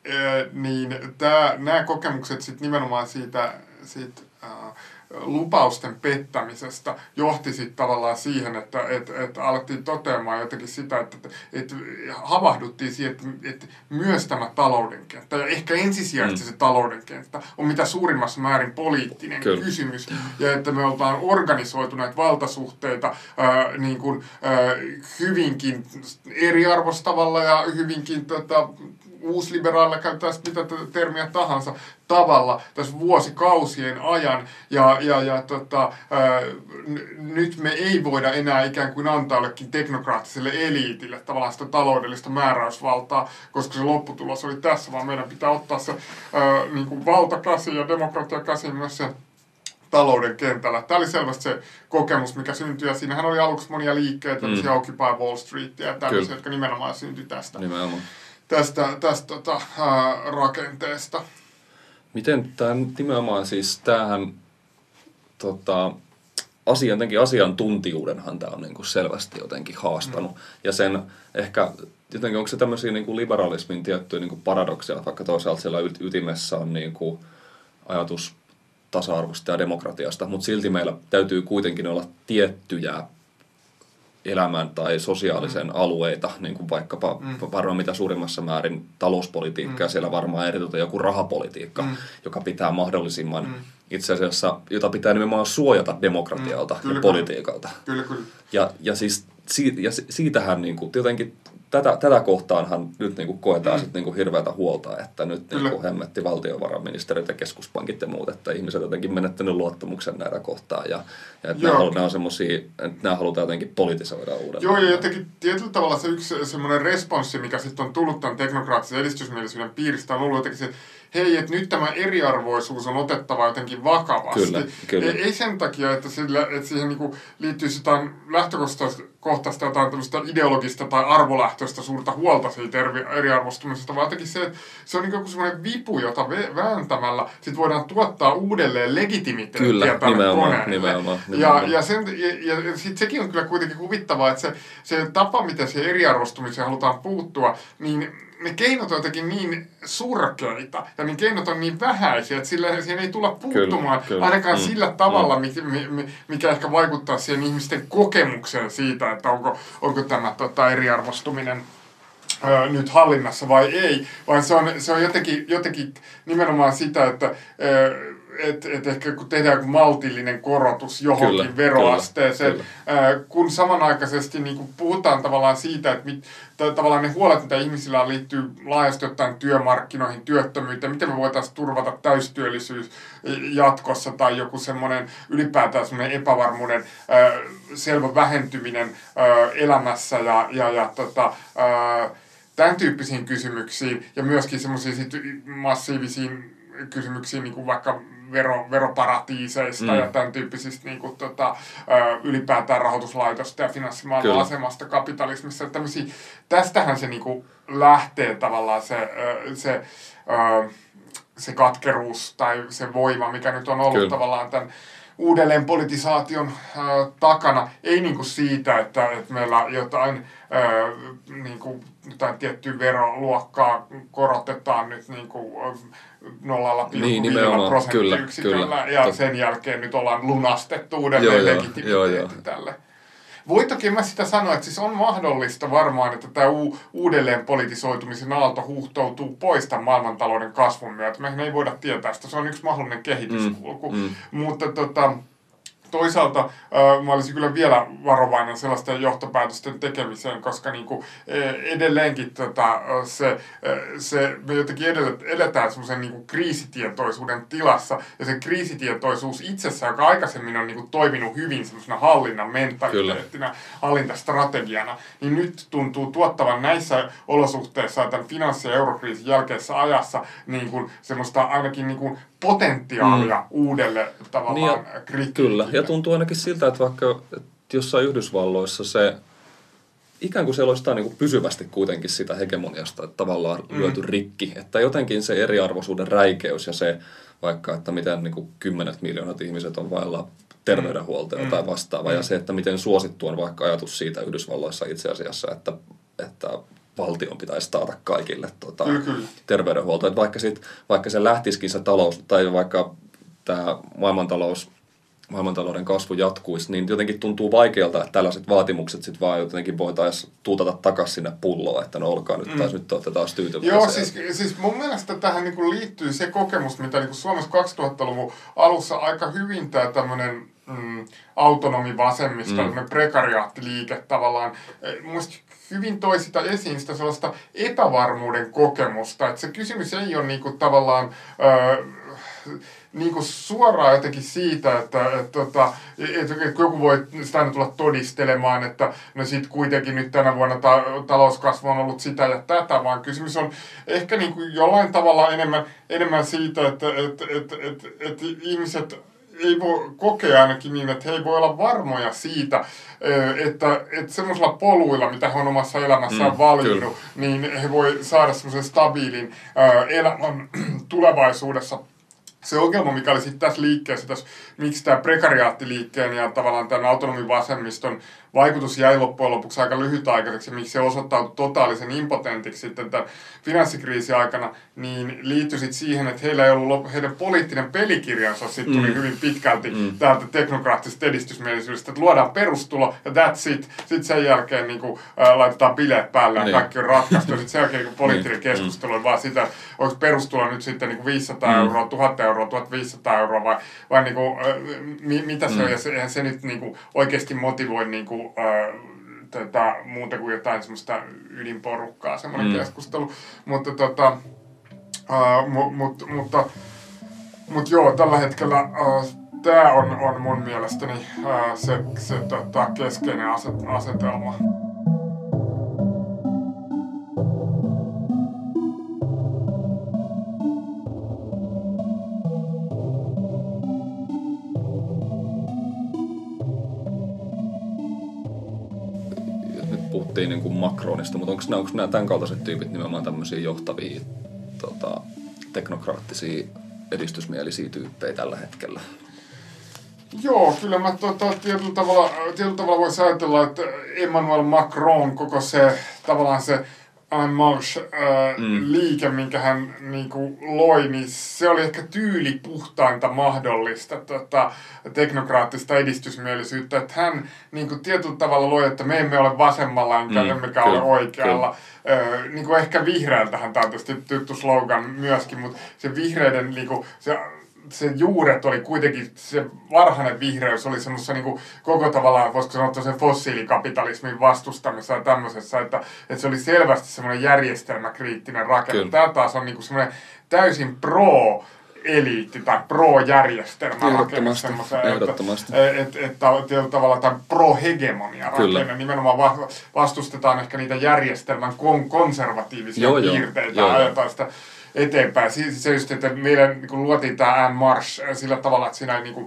niin nämä kokemukset sit nimenomaan siitä, siitä ää, lupausten pettämisestä johti sitten tavallaan siihen, että et, et alettiin toteamaan jotenkin sitä, että et havahduttiin siihen, että et myös tämä talouden kenttä, ja ehkä ensisijaisesti mm. se talouden kenttä, on mitä suurimmassa määrin poliittinen Kyllä. kysymys, ja että me ollaan organisoitu näitä valtasuhteita ää, niin kuin, ää, hyvinkin eriarvostavalla ja hyvinkin tota, uusliberaalilla käytetään mitä termiä tahansa tavalla tässä vuosikausien ajan. Ja, ja, ja tota, ää, n- nyt me ei voida enää ikään kuin antaa jollekin teknokraattiselle eliitille tavallaan sitä taloudellista määräysvaltaa, koska se lopputulos oli tässä, vaan meidän pitää ottaa se ää, niin kuin valta käsiin ja demokratia käsiin myös sen talouden kentällä. Tämä oli selvästi se kokemus, mikä syntyi, ja siinähän oli aluksi monia liikkeitä, tämmöisiä mm. Occupy Wall Streetia ja tämmöisiä, Kyllä. jotka nimenomaan syntyi tästä, nimenomaan. tästä, tästä tota, ää, rakenteesta. Miten tämä nimenomaan siis, tämähän tota, asia, jotenkin asiantuntijuudenhan tämä on niin kuin selvästi jotenkin haastanut, mm. ja sen ehkä jotenkin onko se tämmöisiä niin kuin liberalismin tiettyjä niin kuin paradoksia, vaikka toisaalta siellä ytimessä on niin kuin ajatus tasa-arvosta ja demokratiasta, mutta silti meillä täytyy kuitenkin olla tiettyjä elämän tai sosiaalisen mm. alueita, niin kuin vaikkapa mm. varmaan mitä suurimmassa määrin talouspolitiikka, mm. ja siellä varmaan eritoten joku rahapolitiikka, mm. joka pitää mahdollisimman, mm. itse asiassa, jota pitää nimenomaan suojata demokratialta mm. kyllä, ja politiikalta. Kyllä, kyllä. Ja, ja siis siitä, ja siitähän niin kuin, jotenkin Tätä, tätä kohtaanhan nyt niin kuin koetaan mm. sit niin kuin hirveätä huolta, että nyt niin kuin hemmetti valtiovarainministeriöt ja keskuspankit ja muut, että ihmiset jotenkin menettänyt luottamuksen näitä kohtaan ja, ja että nämä, nämä on semmosia, että nämä halutaan jotenkin politisoida uudelleen. Joo, ja jotenkin tietyllä tavalla se yksi semmoinen responssi, mikä sitten on tullut tämän teknokraattisen edistysmielisyyden piiristä, on ollut jotenkin se, hei, että nyt tämä eriarvoisuus on otettava jotenkin vakavasti. Kyllä, kyllä. Ei, ei sen takia, että, sillä, että siihen niin kuin liittyisi jotain lähtökohtaista jotain tämmöistä ideologista tai arvolähtöistä suurta huolta siitä eriarvostumisesta, vaan jotenkin se, että se on niin kuin semmoinen vipu, jota vääntämällä sit voidaan tuottaa uudelleen legitimiteettiä tälle koneelle. Nimenomaan, nimenomaan. Ja, ja, sen, ja, ja sit sekin on kyllä kuitenkin huvittavaa, että se, se tapa, miten siihen eriarvostumiseen halutaan puuttua, niin ne keinot on jotenkin niin surkeita ja ne keinot on niin vähäisiä, että sillä, siihen ei tulla puuttumaan kyllä, kyllä. ainakaan mm. sillä tavalla, mm. mikä, mikä ehkä vaikuttaa siihen ihmisten kokemukseen siitä, että onko, onko tämä tota, eriarvostuminen ö, nyt hallinnassa vai ei, vaan se on, se on jotenkin, jotenkin nimenomaan sitä, että ö, että et ehkä kun tehdään joku maltillinen korotus johonkin kyllä, veroasteeseen, kyllä, kyllä. kun samanaikaisesti niin kun puhutaan tavallaan siitä, että mit, t- tavallaan ne huolet, mitä ihmisillä liittyy laajasti ottaen työmarkkinoihin, työttömyyteen, miten me voitaisiin turvata täystyöllisyys jatkossa tai joku semmoinen ylipäätään semmoinen epävarmuuden äh, selvä vähentyminen äh, elämässä ja, ja, ja tota, äh, tämän tyyppisiin kysymyksiin ja myöskin semmoisiin massiivisiin kysymyksiin niin kuin vaikka vero, veroparatiiseista mm. ja tämän tyyppisistä niin kuin, tota, ylipäätään rahoituslaitosta ja finanssimaailman asemasta kapitalismissa. Tästähän se niin kuin, lähtee tavallaan se, se, se katkeruus tai se voima, mikä nyt on ollut Kyllä. tavallaan tämän uudelleen politisaation äh, takana. Ei niin kuin siitä, että, että meillä jotain, äh, niin kuin, jotain tiettyä veroluokkaa korotetaan nyt niin kuin, nolla pilkku viisi niin, prosenttiyksiköllä ja Tot... sen jälkeen nyt ollaan lunastettu uudelleen legitimiteetti tälle. Voi toki mä sitä sanoa, että siis on mahdollista varmaan, että tämä u- uudelleen politisoitumisen aalto huuhtoutuu pois tämän maailmantalouden kasvun myötä. Mehän ei voida tietää sitä, se on yksi mahdollinen kehityskulku. Mm, mm. Mutta tota, toisaalta äh, mä olisin kyllä vielä varovainen sellaisten johtopäätösten tekemiseen, koska niinku, edelleenkin tota, se, se, me jotenkin eletään semmoisen niinku kriisitietoisuuden tilassa, ja se kriisitietoisuus itsessään, joka aikaisemmin on niinku toiminut hyvin semmoisena hallinnan mentaliteettina, hallintastrategiana, niin nyt tuntuu tuottavan näissä olosuhteissa tämän finanssi- ja eurokriisin jälkeisessä ajassa niin kuin semmoista ainakin niin kuin potentiaalia mm. uudelle tavallaan niin kritiikille. Kyllä, ja tuntuu ainakin siltä, että vaikka että jossain Yhdysvalloissa se ikään kuin siellä olisi niin kuin pysyvästi kuitenkin sitä hegemoniasta, että tavallaan mm. lyöty rikki, että jotenkin se eriarvoisuuden räikeys ja se vaikka, että miten niin kuin kymmenet miljoonat ihmiset on vailla terveydenhuoltoa mm. tai vastaavaa, mm. ja se, että miten suosittu on vaikka ajatus siitä Yhdysvalloissa itse asiassa, että, että valtion pitäisi taata kaikille tuota, terveydenhuoltoa. Että vaikka, sit, vaikka se lähtisikin se talous, tai vaikka tämä maailmantalous, maailmantalouden kasvu jatkuisi, niin jotenkin tuntuu vaikealta, että tällaiset vaatimukset sitten vaan jotenkin voitaisiin tuutata takaisin sinne pulloon, että no olkaa nyt taas, mm. nyt olette taas tyytyväisiä. Joo, siis, siis mun mielestä tähän niin kuin liittyy se kokemus, mitä niin kuin Suomessa kaksituhattaluvun alussa aika hyvin tämä tämmöinen mm, autonomivasemmisto, Mm. prekariaattiliike tavallaan. Mielestäni hyvin toi sitä esiin sitä sellaista epävarmuuden kokemusta, että se kysymys ei ole niinku tavallaan ö, niinku suoraan jotenkin siitä, että et, tota, et, et joku voi sitä aina tulla todistelemaan, että no sit kuitenkin nyt tänä vuonna ta- talouskasvu on ollut sitä ja tätä, vaan kysymys on ehkä niinku jollain tavalla enemmän, enemmän siitä, että et, et, et, et ihmiset ei voi kokea ainakin niin, että he ei voi olla varmoja siitä, että, että semmoisilla poluilla, mitä he on omassa elämässään mm, valinnut, kyllä. niin he voi saada semmoisen stabiilin elämän tulevaisuudessa. Se ongelma, mikä oli sitten tässä liikkeessä, tässä, miksi tämä prekariaattiliikkeen ja tavallaan tämän autonomivasemmiston vaikutus jäi loppujen lopuksi aika lyhytaikaiseksi, miksi se osoittautui totaalisen impotentiksi sitten tämän finanssikriisin aikana, niin liittyi sitten siihen, että heillä ei ollut, heidän poliittinen pelikirjansa sitten tuli mm. hyvin pitkälti mm. täältä teknokraattisesta edistysmielisyydestä, että luodaan perustulo ja that's it. Sitten sen jälkeen niin kuin, ää, laitetaan bileet päälle ja niin. kaikki on ratkaistu. Sitten sen jälkeen niin poliittinen niin. keskustelu on vaan sitä, onko perustulo nyt sitten niin kuin viisisataa mm. euroa, tuhat euroa, tuhatviisisataa euroa vai, vai niin kuin, ää, mi, mitä se mm. on, ja se, eihän se nyt niin kuin, oikeasti motivoi niin kuin, ää, tätä, muuta kuin jotain semmoista ydinporukkaa, semmoinen mm. keskustelu. Mutta, tota, ää, mu, mut, mutta, mutta joo, tällä hetkellä ää, tämä on, on mun mielestäni ää, se, se tota, keskeinen aset, asetelma. Puhuttiin niin kuin Macronista, mutta onko nämä, onko nämä tämän kaltaiset tyypit nimenomaan tämmöisiä johtavia tota, teknokraattisia edistysmielisiä tyyppejä tällä hetkellä? Joo, kyllä mä tota, tietyllä tavalla, tietyllä tavalla voisi ajatella, että Emmanuel Macron, koko se tavallaan se En Marche-liike, mm. minkä hän niin kuin, loi, niin se oli ehkä tyylipuhtainta mahdollista tota, teknokraattista edistysmielisyyttä. Että hän niin kuin, tietyllä tavalla loi, että me emme ole vasemmalla, enkä mm. emmekä ole oikealla. Öö, niin kuin ehkä vihreältähän tämä on tietysti tuttu slogan myöskin, mutta se vihreiden niin kuin, se, se juuret oli kuitenkin, se varhainen vihreys oli semmoisessa niin kuin koko tavallaan, voisiko sanoa sen fossiilikapitalismin vastustamisessa ja tämmöisessä, että, että se oli selvästi semmoinen järjestelmäkriittinen rakenne. Tämä taas on niin kuin semmoinen täysin pro eliitti tai pro-järjestelmä rakenne semmoisen, että, että, että tietyllä tavalla tämä pro-hegemonia rakenne nimenomaan vastustetaan ehkä niitä järjestelmän kon- konservatiivisia joo, piirteitä ja ajetaan sitä eteenpäin. Siis se just, että meillä niin luotiin tämä En Marche sillä tavalla, että siinä ei niin kuin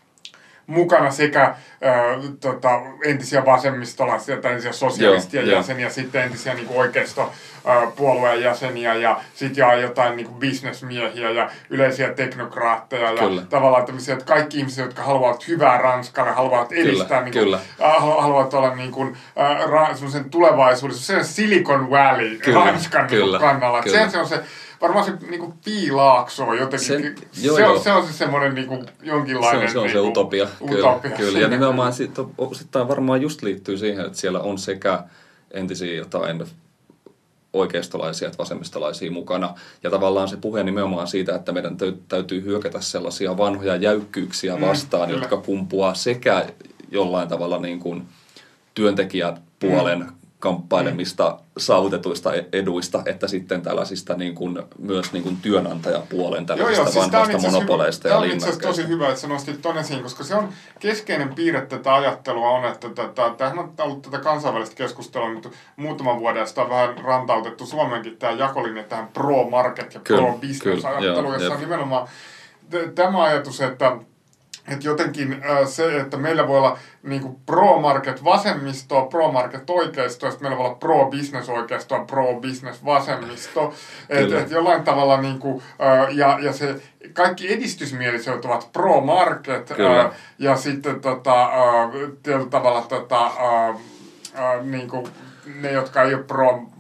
mukana sekä äh, tota, entisiä vasemmistolaisia tai entisiä sosialistien joo, jäseniä, jo. sitten entisiä niin oikeistopuolueen jäseniä ja sitten jotain niin kuin bisnesmiehiä ja yleisiä teknokraatteja ja kyllä. tavallaan tämmöisiä, että kaikki ihmiset, jotka haluavat hyvää Ranskalle, haluavat edistää, kyllä, niin kuin, äh, haluavat olla niin kuin, äh, ra- semmoisen tulevaisuudessa, se on Silicon Valley kyllä, Ranskan kyllä, niin kannalla. Kyllä. Se on se varmaan se niinku piilaakso jotenkin. Sen, joo, se, on, se on se semmoinen niinku jonkinlainen... Se on se, on niinku, se utopia. utopia. Kyllä, kyllä. Ja nimenomaan osittain varmaan just liittyy siihen, että siellä on sekä entisiä jotain oikeistolaisia että vasemmistolaisia mukana. Ja tavallaan se puhe nimenomaan siitä, että meidän täytyy hyökätä sellaisia vanhoja jäykkyyksiä vastaan, mm, jotka kumpuaa sekä jollain tavalla niin kuin työntekijäpuolen mm. kamppailemista mm. saavutetuista eduista, että sitten tällaisista niin kuin, myös niin kuin työnantajapuolen tällaisista joo, joo, vanhoista siis monopoleista ja linnakkeista. Tämä on itse asiassa tosi hyvä, että sä nostit ton esiin, koska se on keskeinen piirre tätä ajattelua on, että tämähän on ollut tätä kansainvälistä keskustelua, mutta muutaman vuoden sitä on vähän rantautettu Suomenkin tämä jakolinja tähän pro-market ja pro-business-ajatteluun, jossa on nimenomaan t- tämä ajatus, että että jotenkin äh, se, että meillä voi olla niinku pro-market vasemmistoa, pro-market oikeistoa, ja sitten meillä voi olla pro-business oikeistoa, pro-business vasemmisto. Että et jollain tavalla niinku, äh, ja, ja se kaikki edistysmieliset ovat pro-market, äh, ja sitten tota, äh, tietyllä tavalla tota, äh, äh, niinku, ne, jotka ei ole pro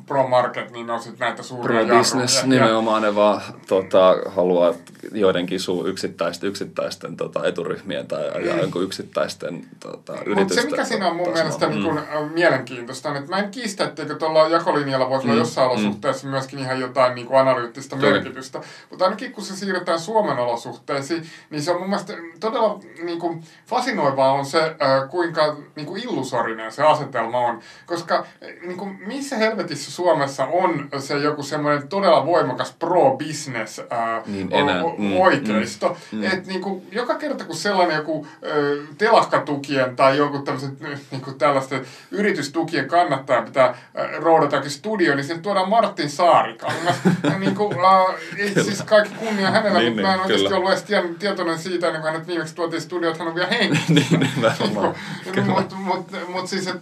pro-market, niin on sitten näitä suuria pro-business nimenomaan, ne vaan tota, haluaa joidenkin suu yksittäisten, yksittäisten tota, eturyhmien tai mm. jonkun yksittäisten tota, yritysten. Mutta se, mikä siinä on mun mielestä mm. niin kun, mielenkiintoista, on, että mä en kiistä, etteikö tuolla jakolinjalla voisi olla mm. jossain olosuhteessa mm. myöskin ihan jotain niin kuin analyyttistä Toi. merkitystä. Mutta ainakin kun se siirretään Suomen olosuhteisiin, niin se on mun mielestä todella niin kuin fasinoivaa on se, äh, kuinka niin kuin illusorinen se asetelma on. Koska niin kuin, missä helvetissä Suomessa on se joku semmoinen todella voimakas pro-business äh, niin enää. O- mm, oikeisto. Mm, että niin kuin, joka kerta kun sellainen joku äh, telakkatukien tai joku tämmöiset niin kuin tällaisten yritystukien kannattaa pitää äh, roudatakin studio, niin sinne tuodaan Martin Saarikangas. niin kuin, äh, ei siis kaikki kunnia hänellä, niin, mutta mä en oikeasti kyllä. ollut edes tietoinen siitä, ennen kuin hänet viimeksi tuotiin studioon, että hän on vielä hengissä. niin, nimenomaan. Mutta mut, mut siis, että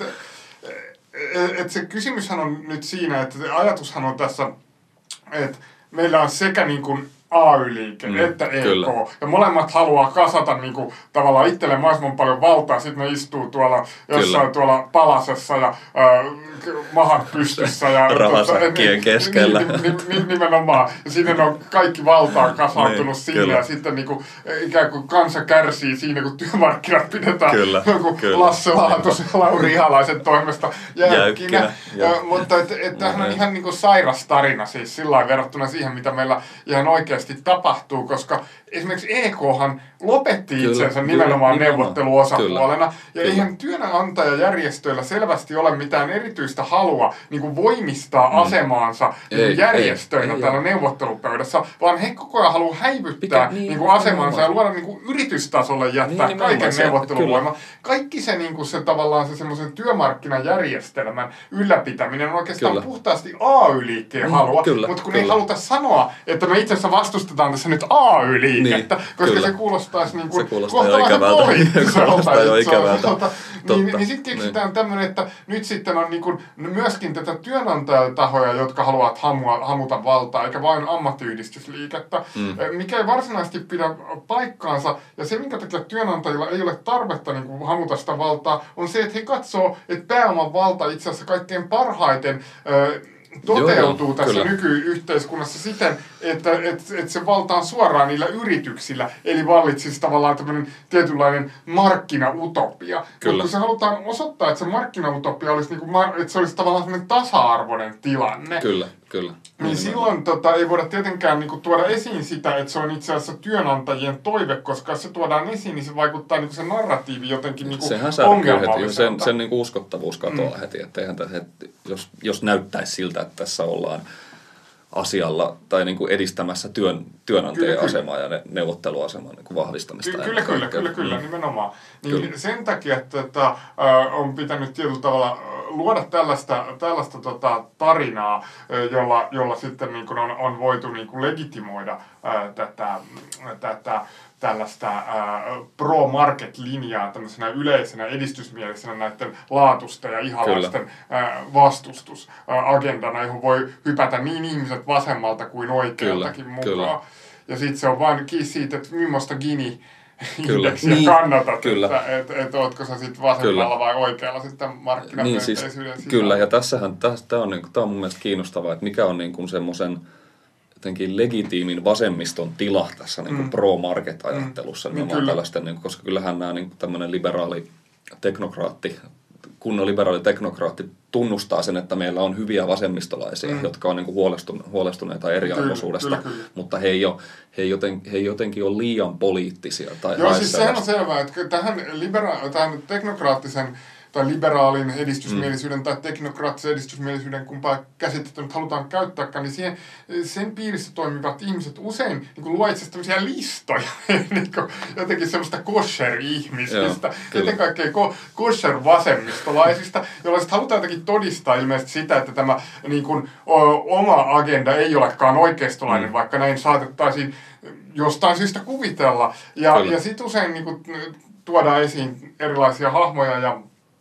et se kysymyshän on nyt siinä, että ajatushan on tässä, että meillä on sekä niin kuin A Y-liike mm, että E K. Kyllä. Ja molemmat haluaa kasata niin kuin, tavallaan itselleen mahdollisimman paljon valtaa. Sitten ne istuu tuolla jossain kyllä. tuolla palasessa ja äh, mahat pystyssä. Ja rahasäkkien niin, keskellä. Niin, niin, niin, nimenomaan. Ja sinne on kaikki valtaa kasautunut niin, sinne. Kyllä. Ja sitten niin kuin, ikään kuin kansa kärsii siinä, kun työmarkkinat pidetään kyllä, kyllä. Lasse Laatusen ja Lauri Ihalaisen toimesta jäykkinä. Jäykkinä mutta et, et tämähän on ihan niin kuin sairas tarina siis sillä verrattuna siihen, mitä meillä ihan oikein tapahtuu, koska esimerkiksi E K:han lopetti kyllä, itsensä kyllä, nimenomaan kyllä, neuvotteluosapuolena. Kyllä, ja kyllä. eihän työnantajajärjestöillä selvästi ole mitään erityistä halua niin kuin voimistaa mm. asemaansa ei, niin järjestöinä ei, täällä ei, neuvottelupöydässä, vaan he koko ajan haluaa häivyttää Pitä, niin, niin kuin asemansa ja luoda niin kuin yritystasolle jättää niin, kaiken neuvotteluvoiman. Kaikki se, niin kuin se tavallaan se semmoisen työmarkkinajärjestelmän ylläpitäminen on oikeastaan kyllä. puhtaasti A Y-liikkeen halua, kyllä, mutta kun kyllä. ei haluta sanoa, että me itse asiassa vastustetaan tässä nyt A Y-liikettä, niin, koska kyllä. se kuulostaisi niin kuin kohtalaisen poliittiselta. Niin, niin sitten keksitään niin. tämmöinen, että nyt sitten on niin kuin myöskin tätä työnantajatahoja, jotka haluavat hamua, hamuta valtaa, eikä vain ammattiyhdistysliikettä, mm. mikä ei varsinaisesti pidä paikkaansa. Ja se, minkä takia työnantajilla ei ole tarvetta niin kuin hamuta sitä valtaa, on se, että he katsoo, että pääoman valta itse asiassa kaikkein parhaiten toteutuu joo, tässä kyllä. nykyyhteiskunnassa siten, että, että, että se valta on suoraan niillä yrityksillä, eli vallitsisi tavallaan tämmöinen tietynlainen markkinautopia. Mutta kun se halutaan osoittaa, että se markkinautopia olisi, niin kuin, että se olisi tavallaan semmoinen tasa-arvoinen tilanne, kyllä, kyllä. niin mm-hmm. silloin tota, ei voida tietenkään niin kuin, tuoda esiin sitä, että se on itse asiassa työnantajien toive, koska jos se tuodaan esiin, niin se vaikuttaa niin kuin se narratiivi jotenkin niin kuin ongelmalliselta. Sen, sen niin kuin uskottavuus katoaa mm. heti, että eihän tässä, että jos, jos näyttäisi siltä, että tässä ollaan asialla tai niin kuin edistämässä työn, työnantajien kyllä, asemaa ja ne, neuvotteluaseman niin kuin vahvistamista. Ky- kyllä, kyllä, kyllä, kyllä, mm. nimenomaan. Niin kyllä. Sen takia, että, että äh, on pitänyt tietyllä tavalla luoda tällaista, tällaista tota, tarinaa, jolla, jolla sitten niin kuin on, on voitu niin kuin legitimoida äh, tätä, tätä tällaista äh, pro-market-linjaa tämmöisenä yleisenä edistysmielisenä näiden laatusta ja ihalaisten äh, vastustusagendana, johon voi hypätä niin ihmiset vasemmalta kuin oikealtakin kyllä, mukaan. Kyllä. Ja sitten se on vain kiinni siitä, että millaista Gini-indeksiä niin, kannatat, että et, et, ootko sä sitten vasemmalla kyllä. vai oikealla sitten markkinamyönteisyyden niin, siis, kyllä, ja tässähän tämä on, niin, on mun mielestä kiinnostavaa, että mikä on niin semmoisen jotenkin legitiimin vasemmiston tila tässä niin mm. pro-market-ajattelussa, mm. niin tällaisten, niin, koska kyllähän nämä niin tämmöinen liberaali teknokraatti, kunnon liberaali teknokraatti tunnustaa sen, että meillä on hyviä vasemmistolaisia, mm. jotka on niin huolestun, huolestuneita eriarvoisuudesta, kyllä, kyllä. mutta he ei, ole, he, ei joten, he ei jotenkin ole liian poliittisia. Tai joo, siis sehän on selvää, että tähän, libera- tähän teknokraattisen tai liberaalin edistysmielisyyden mm. tai teknokraattisen edistysmielisyyden, kumpaa käsitettä nyt halutaan käyttääkään, niin siihen, sen piirissä toimivat ihmiset usein niin kuin luo itse asiassa tämmöisiä listoja, niin kuin jotenkin semmoista kosher-ihmisistä, joten kaikkein ko- kosher-vasemmistolaisista, joilla sitten halutaan jotenkin todistaa ilmeisesti sitä, että tämä niin kuin, o- oma agenda ei olekaan oikeistolainen, mm. vaikka näin saatettaisiin jostain syystä kuvitella. Ja, ja sitten usein niin kuin, tuodaan esiin erilaisia hahmoja ja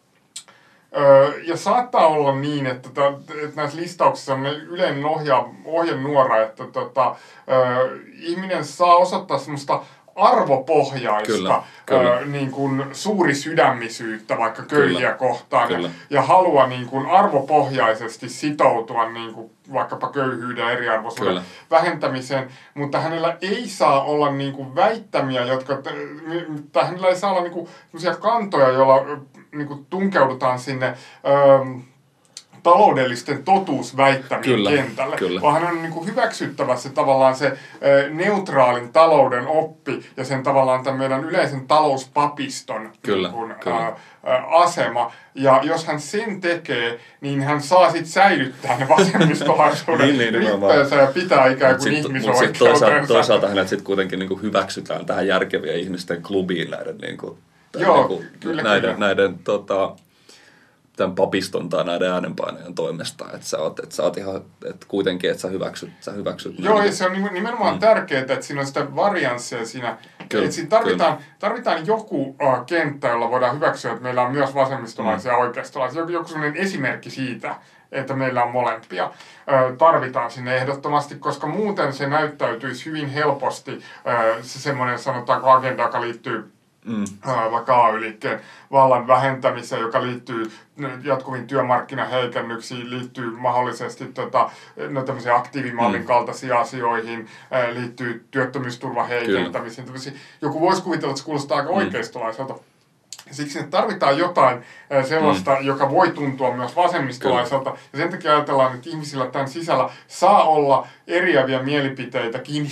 Öö, ja saattaa olla niin, että, t- että näissä listauksissa on yleinen ohja, ohjenuora, että tota, öö, ihminen saa osoittaa semmoista arvopohjaista kyllä, kyllä. Ö, niin kuin suurisydämisyyttä vaikka köyhiä Kyllä, kohtaan kyllä. ja halua niin kuin arvopohjaisesti sitoutua niin kuin vaikkapa köyhyyden ja eriarvoisuuden Kyllä. vähentämiseen, mutta hänellä ei saa olla niin kuin väittämiä, jotka, tai hänellä ei saa olla niin kuin kantoja, joilla niin kuin tunkeudutaan sinne Öö, taloudellisten totuusväittämien kyllä, kentälle, kyllä. vaan hän on niin kuin hyväksyttävä se tavallaan se ö, neutraalin talouden oppi ja sen tavallaan tämän meidän yleisen talouspapiston kyllä, niin kuin, kyllä. Ä, ä, asema. Ja jos hän sen tekee, niin hän saa sitten säilyttää ne vasemmistolaisuuden niin, niin, rippeensä ja pitää ikään kuin ihmisoikeutensa. Toisaalta, toisaalta hänet sitten kuitenkin niin kuin hyväksytään tähän järkevien ihmisten klubiin näiden, niin kuin, Joo, niin kuin, kyllä, näiden, kyllä. näiden tota, tämän papiston tai näiden äänenpainojen toimesta, että sä oot, että sä oot ihan, että kuitenkin, että sä hyväksyt, sä hyväksyt. Joo, niin, ja se on nimenomaan mm. tärkeää, että siinä on sitä varianssia siinä, kyllä, että siinä tarvitaan, tarvitaan joku uh, kenttä, jolla voidaan hyväksyä, että meillä on myös vasemmistolaisia ja mm. oikeistolaisia, joku, joku sellainen esimerkki siitä, että meillä on molempia. Ö, tarvitaan sinne ehdottomasti, koska muuten se näyttäytyisi hyvin helposti ö, se semmoinen sanotaanko agenda, joka liittyy Mm. vaikka A Y-liikkeen vallan vähentämiseen, joka liittyy jatkuviin työmarkkinaheikennyksiin, liittyy mahdollisesti tota, no, aktiivimallin mm. kaltaisiin asioihin, liittyy työttömyysturvan heikentämiseen. Joku voisi kuvitella, että se kuulostaa aika mm. oikeistolaiselta. Siksi tarvitaan jotain sellaista, mm. joka voi tuntua myös vasemmistolaiselta. Kyllä. Ja sen takia ajatellaan, että ihmisillä tämän sisällä saa olla eriäviä mielipiteitä kiinni.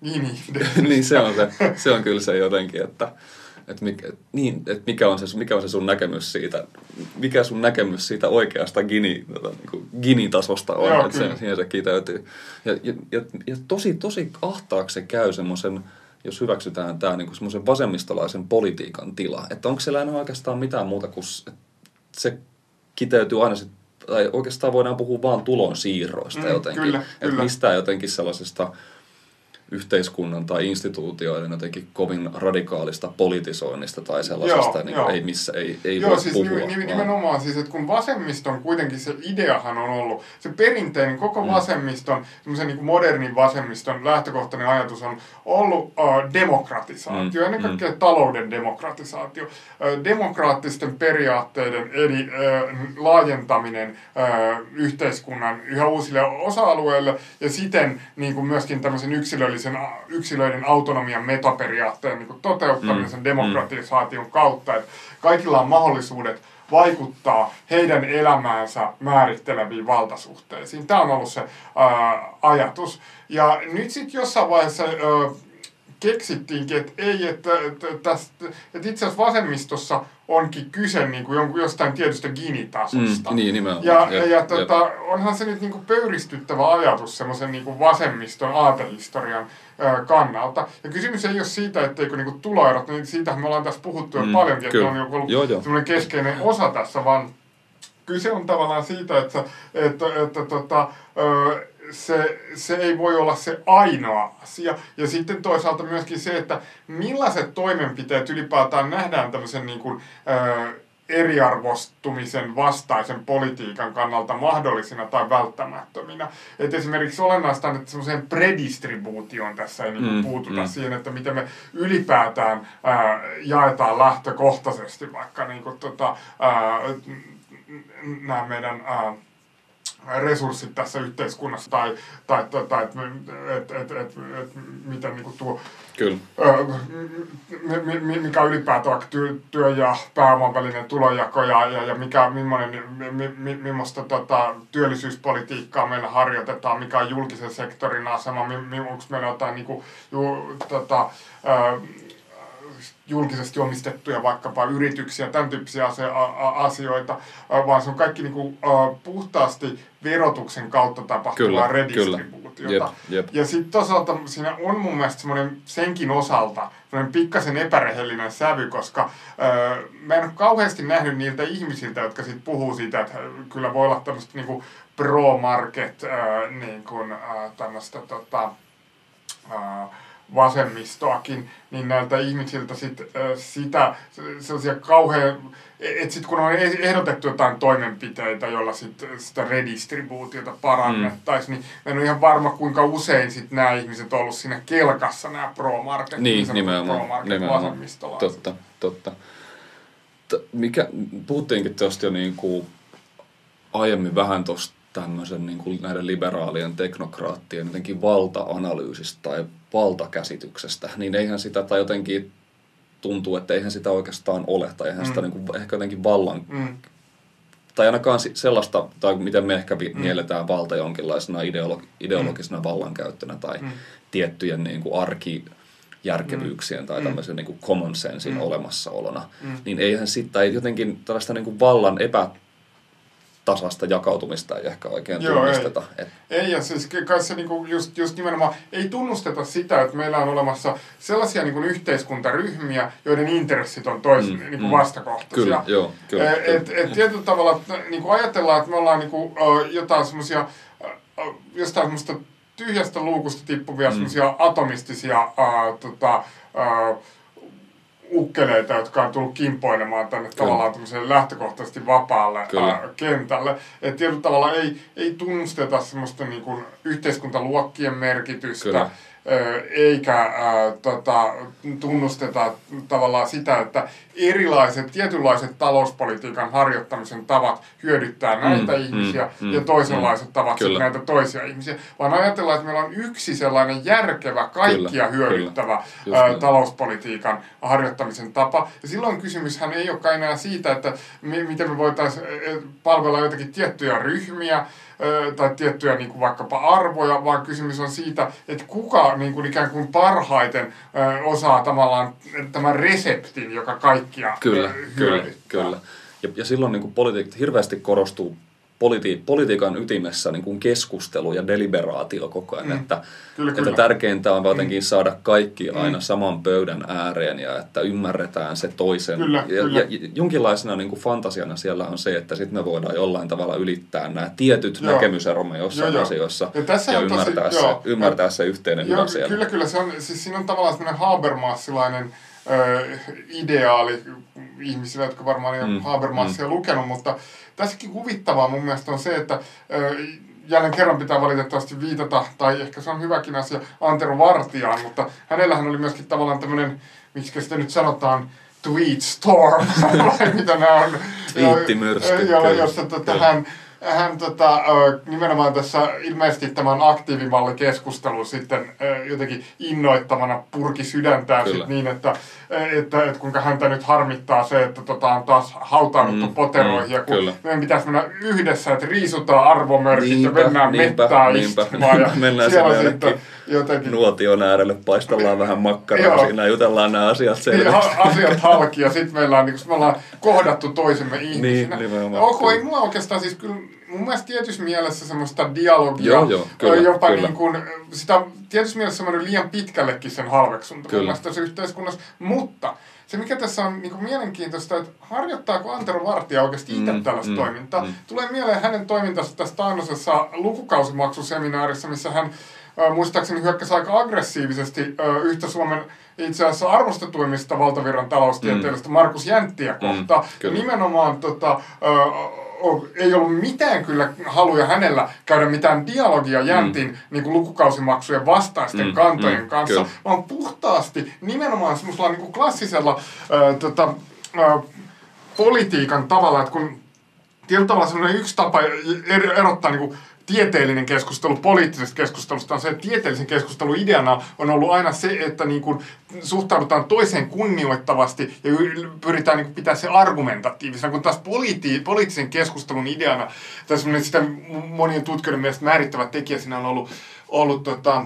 niin se on, se, se on kyllä se jotenkin, että Että mikä, niin, et mikä, on se, mikä on se sun näkemys siitä, mikä sun näkemys siitä oikeasta Gini, tota, niin Gini-tasosta on, Joo, että se, siihen se kiteytyy. Ja, ja, ja, ja tosi, tosi ahtaaksi se käy semmoisen, jos hyväksytään tämä niin semmoisen vasemmistolaisen politiikan tila, että onko siellä enää oikeastaan mitään muuta kuin se kiteytyy aina, sit, tai oikeastaan voidaan puhua vaan tulonsiirroista mm, jotenkin, kyllä, että kyllä. mistään jotenkin sellaisesta yhteiskunnan tai instituutioiden jotenkin kovin radikaalista politisoinnista tai sellaisesta, joo, niin joo. ei missä ei, ei joo, voi siis puhua. Niin, nimenomaan siis, että kun vasemmiston kuitenkin se ideahan on ollut, se perinteinen koko vasemmiston, semmoisen niin kuin modernin vasemmiston lähtökohtainen ajatus on ollut uh, demokratisaatio, mm, ennen kaikkea mm. talouden demokratisaatio, uh, demokraattisten periaatteiden eri uh, laajentaminen uh, yhteiskunnan yhä uusille osa-alueille ja siten niin kuin myöskin tämmöisen yksilöllisen yksilöiden autonomian metaperiaatteen niin kuin toteuttaminen mm. sen demokratisaation kautta, että kaikilla on mahdollisuudet vaikuttaa heidän elämäänsä määritteleviin valtasuhteisiin. Tämä on ollut se ää, ajatus. Ja nyt sitten jossain vaiheessa ää, keksittiinkin, että ei, että, että, että, että itse asiassa vasemmistossa onkin kyse niin kuin jostain tietystä Gini-tasosta. Mm, niin, nimenomaan. Ja, jep, ja tota, onhan se nyt niin kuin pöyristyttävä ajatus semmoisen niin kuin vasemmiston aatehistorian ö, kannalta. Ja kysymys ei ole siitä, etteikö niin kuin tuloerot, niin siitähän me ollaan tässä puhuttu jo mm, paljonkin, että on ollut joo, joo. semmoinen keskeinen osa tässä, vaan kyse on tavallaan siitä, että, että, että, että tota, ö, Se, se ei voi olla se ainoa asia. Ja sitten toisaalta myöskin se, että millaiset toimenpiteet ylipäätään nähdään tämmöisen niin kuin, ö, eriarvostumisen vastaisen politiikan kannalta mahdollisina tai välttämättöminä. Et esimerkiksi olennaista on, että semmoiseen predistribuutioon tässä ei niin mm, puututa mm. siihen, että miten me ylipäätään ää, jaetaan lähtökohtaisesti vaikka niin kuin, tota, ää, nämä meidän Ää, resurssit tässä yhteiskunnassa tai, tai, tai, tai että et, et, et, et, miten niin kuin tuo, Kyllä. Ö, mikä ylipäätään vaikka työ, työ- ja pääoman välinen tulonjako ja, ja, ja mikä, millainen, mi, mi, millaista tota, työllisyyspolitiikkaa meillä harjoitetaan, mikä on julkisen sektorin asema, mi, mi, onko meillä jotain niin kuin, ju, tota, ö, julkisesti omistettuja vaikkapa yrityksiä, tämän tyyppisiä asioita, vaan se on kaikki niin kuin, puhtaasti verotuksen kautta tapahtuvaa redistribuutiota. Jep, jep. Ja sitten toisaalta siinä on mun mielestä semmoinen senkin osalta semmoinen pikkasen epärehellinen sävy, koska ö, mä en ole kauheasti nähnyt niiltä ihmisiltä, jotka sitten puhuu siitä, että kyllä voi olla tämmöistä niin kuin pro-market, ö, niin kuin, ö, tämmöistä tota, ö, vasemmistoakin, niin näiltä ihmisiltä sit, sitä sellaisia kauhean, että sitten kun on ehdotettu jotain toimenpiteitä, joilla sit sitä redistribuutiota parannettaisiin, mm. niin en ole ihan varma, kuinka usein sit nämä ihmiset on ollut siinä kelkassa, nämä pro-market, niin, nimenomaan, pro-market vasemmistolaiset. Totta, totta. Mikä, puhuttiinkin tuosta jo niin kuin aiemmin vähän tuosta tämmöisen niin kuin näiden liberaalien teknokraattien jotenkin valta-analyysistä tai valtakäsityksestä, niin eihän sitä, tai jotenkin tuntuu, että eihän sitä oikeastaan ole, tai eihän mm. sitä niin kuin, ehkä jotenkin vallan, mm. tai ainakaan sellaista, tai miten me ehkä mm. mielletään valta jonkinlaisena ideologi- ideologisena mm. vallankäyttönä, tai mm. tiettyjen niin kuin arkijärkevyyksien mm. tai tämmöisen niin kuin common sensin mm. olemassaolona, mm. niin eihän sitä, jotenkin tällaista niin kuin vallan epä tasasta jakautumista ei ehkä oikein Joo, tunnisteta. Ei, ei ja siis kai se niinku just, just nimenomaan ei tunnusteta sitä, että meillä on olemassa sellaisia niinku yhteiskuntaryhmiä, joiden intressit on tois, mm, niinku mm. vastakohtaisia. Kyllä, joo, kyllä. Et, et, et tietyllä tavalla niinku ajatellaan, että me ollaan niinku, uh, jotain semmoisia, uh, jostain semmoista tyhjästä luukusta tippuvia mm. semmoisia atomistisia uh, tota, uh, ukkeleita, jotka on tullut kimpoilemaan tänne Kyllä. tavallaan tämmöiselle lähtökohtaisesti vapaalle ää, kentälle. Että tietyllä tavalla ei, ei tunnusteta semmoista niin kuin yhteiskuntaluokkien merkitystä, Kyllä. eikä ää, tota, tunnusteta tavallaan sitä, että erilaiset, tietynlaiset talouspolitiikan harjoittamisen tavat hyödyttää näitä mm, ihmisiä mm, ja toisenlaiset mm, tavat sitten näitä toisia ihmisiä, vaan ajatellaan, että meillä on yksi sellainen järkevä, kaikkia kyllä, hyödyttävä kyllä. Ää, talouspolitiikan harjoittamisen tapa. Ja silloin kysymyshän ei olekaan enää siitä, että me, miten me voitaisiin palvella jotakin tiettyjä ryhmiä, tai tiettyjä niin kuin vaikkapa arvoja, vaan kysymys on siitä, että kuka niin kuin ikään kuin parhaiten ö, osaa tavallaan tämän reseptin, joka kaikkia Kyllä, ö, kyllä, kyllä. Ja, ja silloin niin kuin politi- hirveästi korostuu politi- politiikan ytimessä niin kuin keskustelu ja deliberaatio koko ajan, mm. että, kyllä, että kyllä. tärkeintä on jotenkin mm. saada kaikki aina mm. saman pöydän ääreen ja että ymmärretään se toisen. Kyllä, ja, kyllä. ja jonkinlaisena niin kuin fantasiana siellä on se, että sitten me voidaan jollain tavalla ylittää nämä tietyt joo. näkemyseromme jossain joo, asioissa ja, ja ymmärtää, tosi, se, joo, ymmärtää ja, se yhteinen joo, hyvä siellä. Kyllä, kyllä. Se on, siis siinä on tavallaan semmoinen Habermasilainen ö, ideaali ihmisillä, jotka varmaan ei ole mm. Habermasia mm. lukenut, mutta tässäkin huvittavaa mun mielestä on se, että ö, jälleen kerran pitää valitettavasti viitata, tai ehkä se on hyväkin asia, Antero Vartijaan, mutta hänellähän oli myöskin tavallaan tämmöinen, miksi sitä nyt sanotaan, tweet storm, vai mitä nämä on. Twiittimyrsky. Jossa tota, hän, hän tota, nimenomaan tässä ilmeisesti tämän aktiivimallikeskustelun sitten jotenkin innoittamana purki sydäntään sit niin, että, että, että kuinka häntä nyt harmittaa se, että tota, on taas hautauduttu mm, poteroihin, ja kun kyllä. meidän pitäisi mennä yhdessä, että riisutaan arvomörkit niinpä, ja mennään niinpä, mettään niinpä. istumaan. Ja mennään siellä sitten jotenkin nuotion äärelle, paistellaan vähän makkaraa siinä, jutellaan nämä asiat selvästi. Asiat halki, ja sitten meillä on, niin me ollaan kohdattu toisemme ihmisinä. Niin, ok, ei mulla oikeastaan siis kyllä, mun mielestä tietyssä mielessä semmoista dialogia, joo, joo, kyllä, jopa kyllä. niin kuin, sitä tietyssä mielessä semmoinen liian pitkällekin sen halveksunta mun mielestä tässä yhteiskunnassa, mutta se mikä tässä on niin kuin mielenkiintoista, että harjoittaako Antero Vartija oikeasti itse mm, tällaista mm, toimintaa. Mm. Tulee mieleen hänen toimintansa tässä taannoisessa lukukausimaksuseminaarissa, missä hän äh, muistaakseni hyökkäsi aika aggressiivisesti äh, yhtä Suomen itse asiassa arvostetuimmista valtavirran taloustieteilijöistä mm. Markus Jänttiä kohtaan. Mm, nimenomaan tota, äh, ei ollut mitään kyllä haluja hänellä käydä mitään dialogia Jäntin mm. niin kuin lukukausimaksujen vastaisten mm. kantojen mm. kanssa, kyllä. vaan puhtaasti nimenomaan semmoisella niin kuin klassisella ää, tota, ää, politiikan tavalla, että kun tietyllä tavalla semmoinen yksi tapa erottaa niin kuin tieteellinen keskustelu poliittisesta keskustelusta on se, että tieteellisen keskustelun ideana on ollut aina se, että niin kuin suhtaudutaan toiseen kunnioittavasti ja pyritään niin kuin pitää se argumentatiivisena, kun taas poliitti, poliittisen keskustelun ideana, tai sitä monien tutkijoiden mielestä määrittävä tekijä siinä on ollut, ollut tota,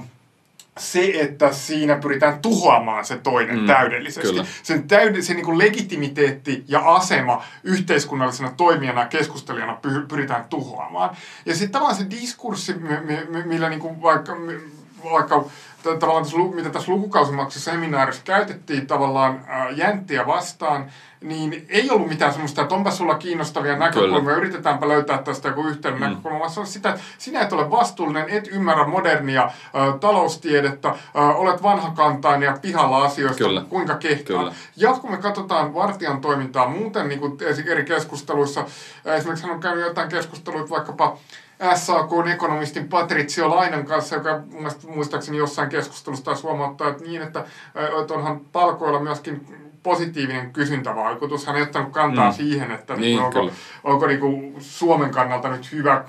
se, että siinä pyritään tuhoamaan se toinen mm, täydellisesti. Kyllä. Sen, täyd- sen niin kuin legitimiteetti ja asema yhteiskunnallisena toimijana, keskustelijana py- pyritään tuhoamaan. Ja sitten tavallaan se diskurssi, millä niin kuin vaikka, vaikka tavallaan tässä, mitä tässä lukukausimaksuseminaarissa käytettiin tavallaan äh, jänttiä vastaan, niin ei ollut mitään semmoista, että onpa sulla kiinnostavia näkökulmia, Kyllä. yritetäänkö löytää tästä joku yhteyden mm. näkökulma, vaan se on sitä, että sinä et ole vastuullinen, et ymmärrä modernia äh, taloustiedettä, äh, olet vanhakantainen ja pihalla asioista, Kyllä. kuinka kehtaa. Kyllä. Ja kun me katsotaan Vartijan toimintaa muuten niin kuin eri keskusteluissa, äh, esimerkiksi hän on käynyt jotain keskusteluita vaikkapa S A K:n ekonomistin Patrizio Lainan kanssa, joka muistaakseni jossain keskustelussa taisi huomauttaa, että niin, että, että onhan palkoilla myöskin positiivinen kysyntävaikutus. Hän ei ottanut kantaa mm. siihen, että niin, onko, onko niin kuin Suomen kannalta nyt hyvä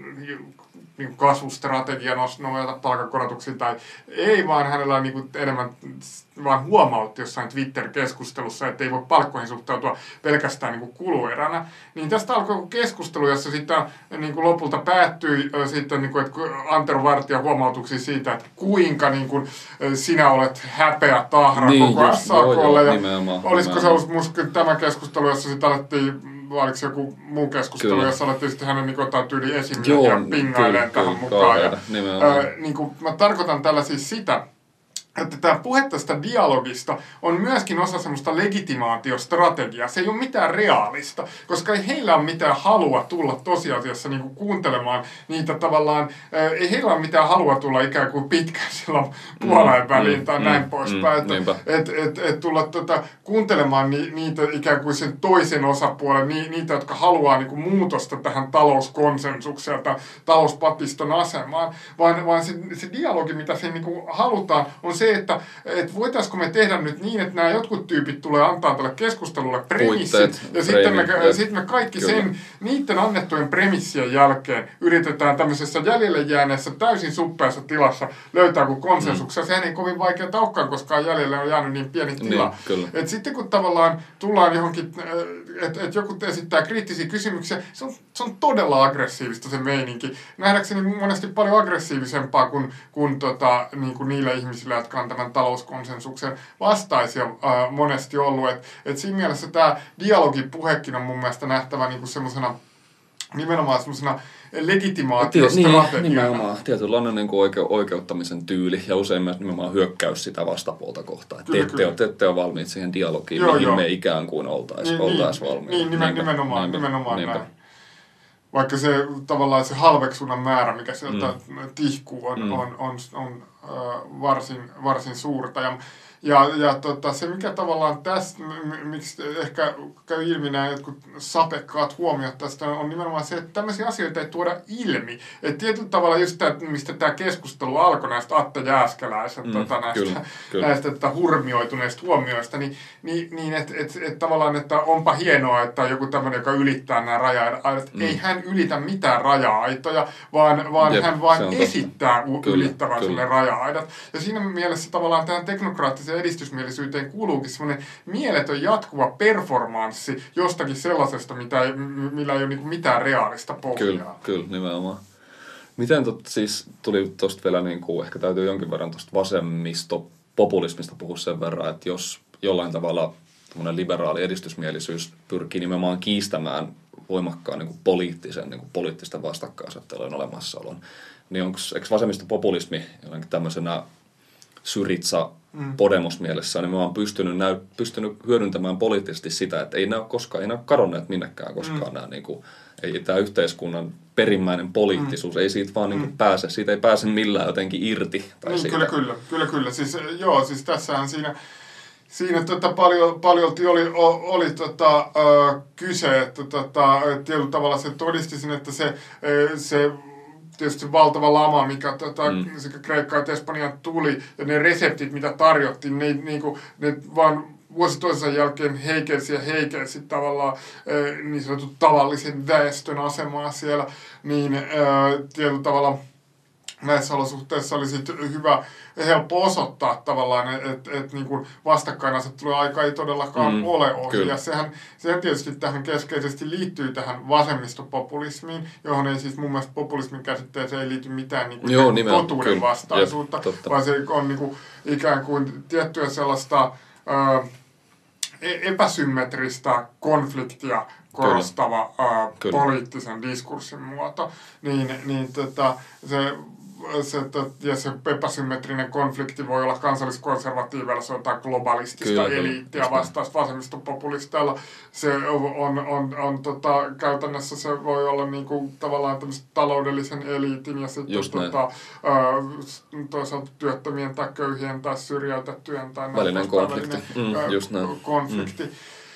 niin kasvustrategia nojata palkankorotuksiin tai ei, vaan hänellä on niin kuin enemmän vaan huomautti jossain Twitter-keskustelussa, että ei voi palkkoihin suhtautua pelkästään niin kuin kulueränä. Niin tästä alkoi keskustelu, jossa sitten niin kuin lopulta päättyi sitten, niin kuin, että Antero Vartija huomautuksia siitä, että kuinka niin kuin, sinä olet häpeä tahra niin, koko S A K:lle. Ja nimenomaan, olisiko nimenomaan. Se ollut musta tämä keskustelu, jossa sitten alettiin, oliko se joku muu keskustelu, kyllä. jossa alettiin sitten hänen niin tyyli esimerkkiä ja pingailemaan tähän kyllä, mukaan. Ja, ää, niin kuin, mä tarkoitan tällä siis sitä, että tämä puhe tästä dialogista on myöskin osa semmoista legitimaatiostrategiaa. Se ei ole mitään reaalista, koska ei heillä ole mitään halua tulla tosiasiassa niin kuin kuuntelemaan niitä tavallaan, äh, ei heillä ole mitään halua tulla ikään kuin pitkään silloin puoleen väliin mm, tai mm, näin mm, poispäin. Mm, että et, et, et tulla tota, kuuntelemaan ni, niitä ikään kuin sen toisen osapuolen, ni, niitä, jotka haluaa niin kuin muutosta tähän talouskonsensukseen tai talouspatiston asemaan, vaan, vaan se, se dialogi, mitä se niin kuin halutaan, on se, että, että voitaisiko me tehdä nyt niin, että nämä jotkut tyypit tulee antaa tälle keskustelulle premissit, ja sitten me, sit me kaikki Kyllä. sen, niiden annettujen premissien jälkeen yritetään tämmöisessä jäljelle jääneessä täysin suppeassa tilassa löytää kuin konsensuksia. Mm. Sehän ei kovin vaikea taukkaan, koska jäljelle on jäänyt niin pieni tila. Niin, et sitten kun tavallaan tullaan johonkin, että et joku esittää kriittisiä kysymyksiä, se on, se on todella aggressiivista se meininki. Nähdäkseni monesti paljon aggressiivisempaa kuin, kuin, tota, niin kuin niille ihmisille, jotka on tämän talouskonsensuksen vastaisia äh, monesti ollut. Et, et siinä mielessä tämä dialogipuhekin on mun mielestä nähtävä niinku semmoisena nimenomaan semmoisena legitimaatiostrategiana. Niin, nimenomaan. Tietynlainen niin kuin oike- oikeuttamisen tyyli ja usein myös nimenomaan hyökkäys sitä vastapuolta kohtaan. Te ette, ole, te ette ole valmiit siihen dialogiin, joo, mihin joo. me ikään kuin oltaisiin niin, oltais niin, valmiita. Niin, nimen, nimenomaan, näin, nimenomaan näin. näin. Vaikka se tavallaan se halveksunnan määrä, mikä sieltä mm. tihkuu, on, mm. on, on, on äh, varsin, varsin suurta. Ja, ja, ja tota, se, mikä tavallaan tästä, miksi ehkä käy ilmi nämä jotkut sapekkaat huomiot tästä, on nimenomaan se, että tämmöisiä asioita ei tuoda ilmi. Että tietyllä tavalla just tämä, mistä tämä keskustelu alkoi näistä Atte Jääskeläisen, mm, tota, näistä, kyllä, kyllä. näistä että hurmioituneista huomioista, niin, niin, niin että et, et tavallaan, että onpa hienoa, että joku tämmöinen, joka ylittää nämä raja-aidat, mm. ei hän ylitä mitään raja-aitoja, vaan, vaan Jep, hän vain esittää ylittävänsä raja-aidat. Ja siinä mielessä tavallaan tähän teknokraattiseen edistysmielisyyteen kuuluukin semmoinen mieletön jatkuva performanssi jostakin sellaisesta, mitä ei, millä ei ole niin mitään reaalista pohjaa. Kyllä, kyllä, nimenomaan. Miten tot, siis tuli tuosta vielä, niin kuin, ehkä täytyy jonkin verran tuosta vasemmistopopulismista puhua sen verran, että jos jollain tavalla tämmöinen liberaali edistysmielisyys pyrkii nimenomaan kiistämään voimakkaan niin kuin poliittisen, niin kuin poliittisten vastakkainasettelujen olemassaolon, niin onko vasemmistopopulismi jotenkin tämmöisenä Syriza mm. Podemos mielessä, niin me olen pystynyt, näy, pystynyt hyödyntämään poliittisesti sitä, että ei nämä ole koskaan, ei nämä ole kadonneet minnekään koskaan mm. nämä, niin kuin, ei tämä yhteiskunnan perimmäinen poliittisuus, mm. ei siitä vaan niin kuin, mm. pääse, siitä ei pääse millään jotenkin irti. Tai niin, siitä. Kyllä, kyllä, kyllä, kyllä. Siis, joo, siis tässähän siinä, siinä tota, paljon, paljolti oli, oli tota, äh, kyse, että tota, tietyllä tavalla se todisti sen, että se, se tietysti valtava lama, mikä tota, mm. sekä Kreikkaan että Espanjaan tuli, ja ne reseptit, mitä tarjottiin, ne, niinku, ne vaan vuosi toisensa jälkeen heikelsi ja heikelsi tavallaan äh, niin sanotun tavallisen väestön asemaa siellä, niin äh, tietyllä tavalla näissä olosuhteissa oli sit hyvä ja helppo osoittaa tavallaan, että et, niin vastakkainasettelun aika ei todellakaan mm, ole ohi. Kyllä. Ja sehän, sehän tietysti tähän keskeisesti liittyy tähän vasemmistopopulismiin, johon ei siis mun mielestä populismin käsitteeseen ei liity mitään niin kuin Joo, totuuden kyllä. vastaisuutta, Jep, vaan se on niin kuin, ikään kuin tiettyä sellaista ää, epäsymmetristä konfliktia korostava ää, poliittisen diskurssin muoto. Niin, niin tota, se se, ja se epäsymmetrinen konflikti voi olla kansalliskonservatiiveilla, se on jotain globalistista Kyllä, eliittiä vastaan vasemmistopopulisteilla. Se on, on, on, on tota, käytännössä se voi olla niinku, tavallaan tämmöisen taloudellisen eliitin ja sitten tota, toisaalta työttömien tai köyhien tai syrjäytettyjen tai välinen konflikti. Välinen, mm, just näin. konflikti. Mm.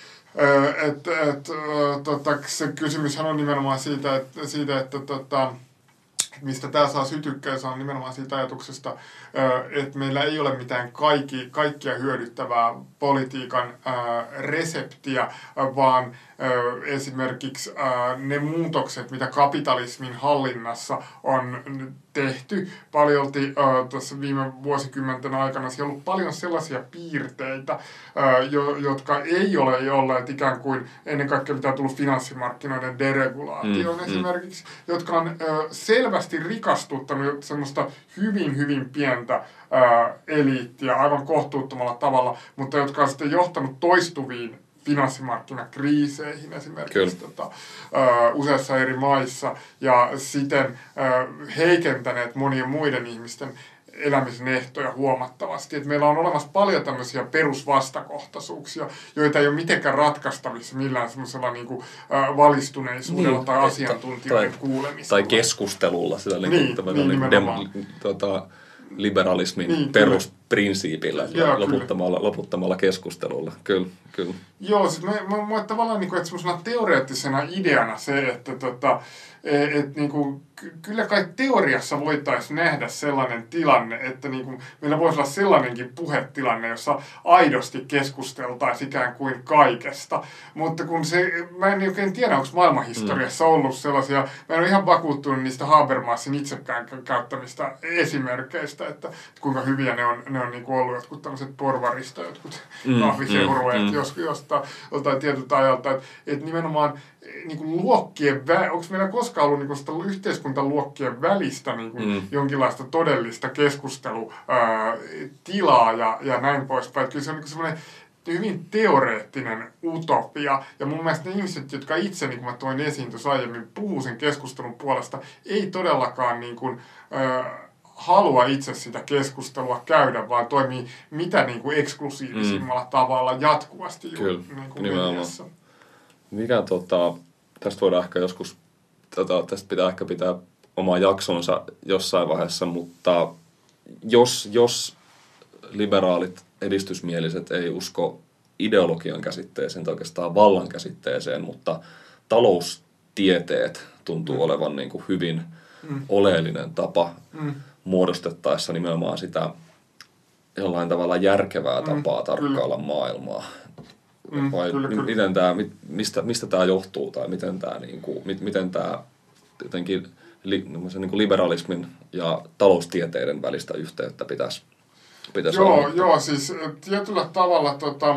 Et, et, tota, se kysymyshän on nimenomaan siitä, että, siitä, että tota, mistä tämä saa sytykkää, se on nimenomaan siitä ajatuksesta, että meillä ei ole mitään kaikki, kaikkia hyödyttävää politiikan reseptiä, vaan esimerkiksi ne muutokset, mitä kapitalismin hallinnassa on tehty paljolti tuossa viime vuosikymmenten aikana, siellä on ollut paljon sellaisia piirteitä, jotka ei ole olleet ikään kuin ennen kaikkea mitä on tullut finanssimarkkinoiden deregulaatioon mm, esimerkiksi, mm. jotka on selvästi rikastuttanut semmoista hyvin, hyvin pientä eliittiä aivan kohtuuttomalla tavalla, mutta jotka on sitten johtanut toistuviin finanssimarkkinakriiseihin esimerkiksi tota, uh, useissa eri maissa ja siten uh, heikentäneet monien muiden ihmisten elämisen ehtoja huomattavasti. Et meillä on olemassa paljon tämmöisiä perusvastakohtaisuuksia, joita ei ole mitenkään ratkaistavissa millään semmoisella niinku, uh, valistuneisuudella niin, tai asiantuntijoiden tai, kuulemisella. Tai keskustelulla, sillä niin, niin, niin, dem, tota, liberalismin niin, perusprinsiipillä, ja, loputtamalla, loputtamalla keskustelulla. Kyllä, kyllä. Joo, siis mä, mä, mä tavallaan niin kuin, että semmoisena teoreettisena ideana se, että tota, et, niin kuin, kyllä kai teoriassa voitaisiin nähdä sellainen tilanne, että niin kuin, meillä voisi olla sellainenkin puhetilanne, jossa aidosti keskusteltaisiin ikään kuin kaikesta. Mutta kun se, mä en oikein tiedä, onko maailmanhistoriassa mm. ollut sellaisia, mä en ole ihan vakuuttunut niistä Habermasin itsekään käyttämistä esimerkkeistä, että, että kuinka hyviä ne on, ne on niin kuin ollut jotkut tämmöiset porvarista, jotkut mm. kahviseurueet mm. jos, jostain, jostain tietyltä ajalta, että, että nimenomaan niin kuin luokkien, onko meillä koskaan ollut niin kuin sitä yhteiskuntaluokkien välistä niin kuin mm. jonkinlaista todellista keskustelutilaa ja, ja näin poispäin. Että kyllä se on niin semmoinen hyvin teoreettinen utopia. Ja mun mielestä ne ihmiset, jotka itse, niin kuin mä toin esiin tuossa aiemmin, puhuu sen keskustelun puolesta, ei todellakaan niin kuin, äh, halua itse sitä keskustelua käydä, vaan toimii mitä niin kuin eksklusiivisimmalla mm. tavalla jatkuvasti Kyllä, niin kuin mediassa. Mikä tota, tästä voidaan ehkä joskus, tota, tästä pitää ehkä pitää oma jaksonsa jossain vaiheessa, mutta jos, jos liberaalit edistysmieliset ei usko ideologian käsitteeseen tai oikeastaan vallan käsitteeseen, mutta taloustieteet tuntuu mm. olevan niin kuin hyvin mm. oleellinen tapa mm. muodostettaessa nimenomaan sitä jollain tavalla järkevää tapaa mm. tarkkailla maailmaa. Mm, vai kyllä, kyllä. Miten tää, mistä, mistä tämä johtuu tai miten tämä niinku, miten tää jotenkin li, niinku liberalismin ja taloustieteiden välistä yhteyttä pitäisi pitäisi Joo, olla? joo, siis tietyllä tavalla tota,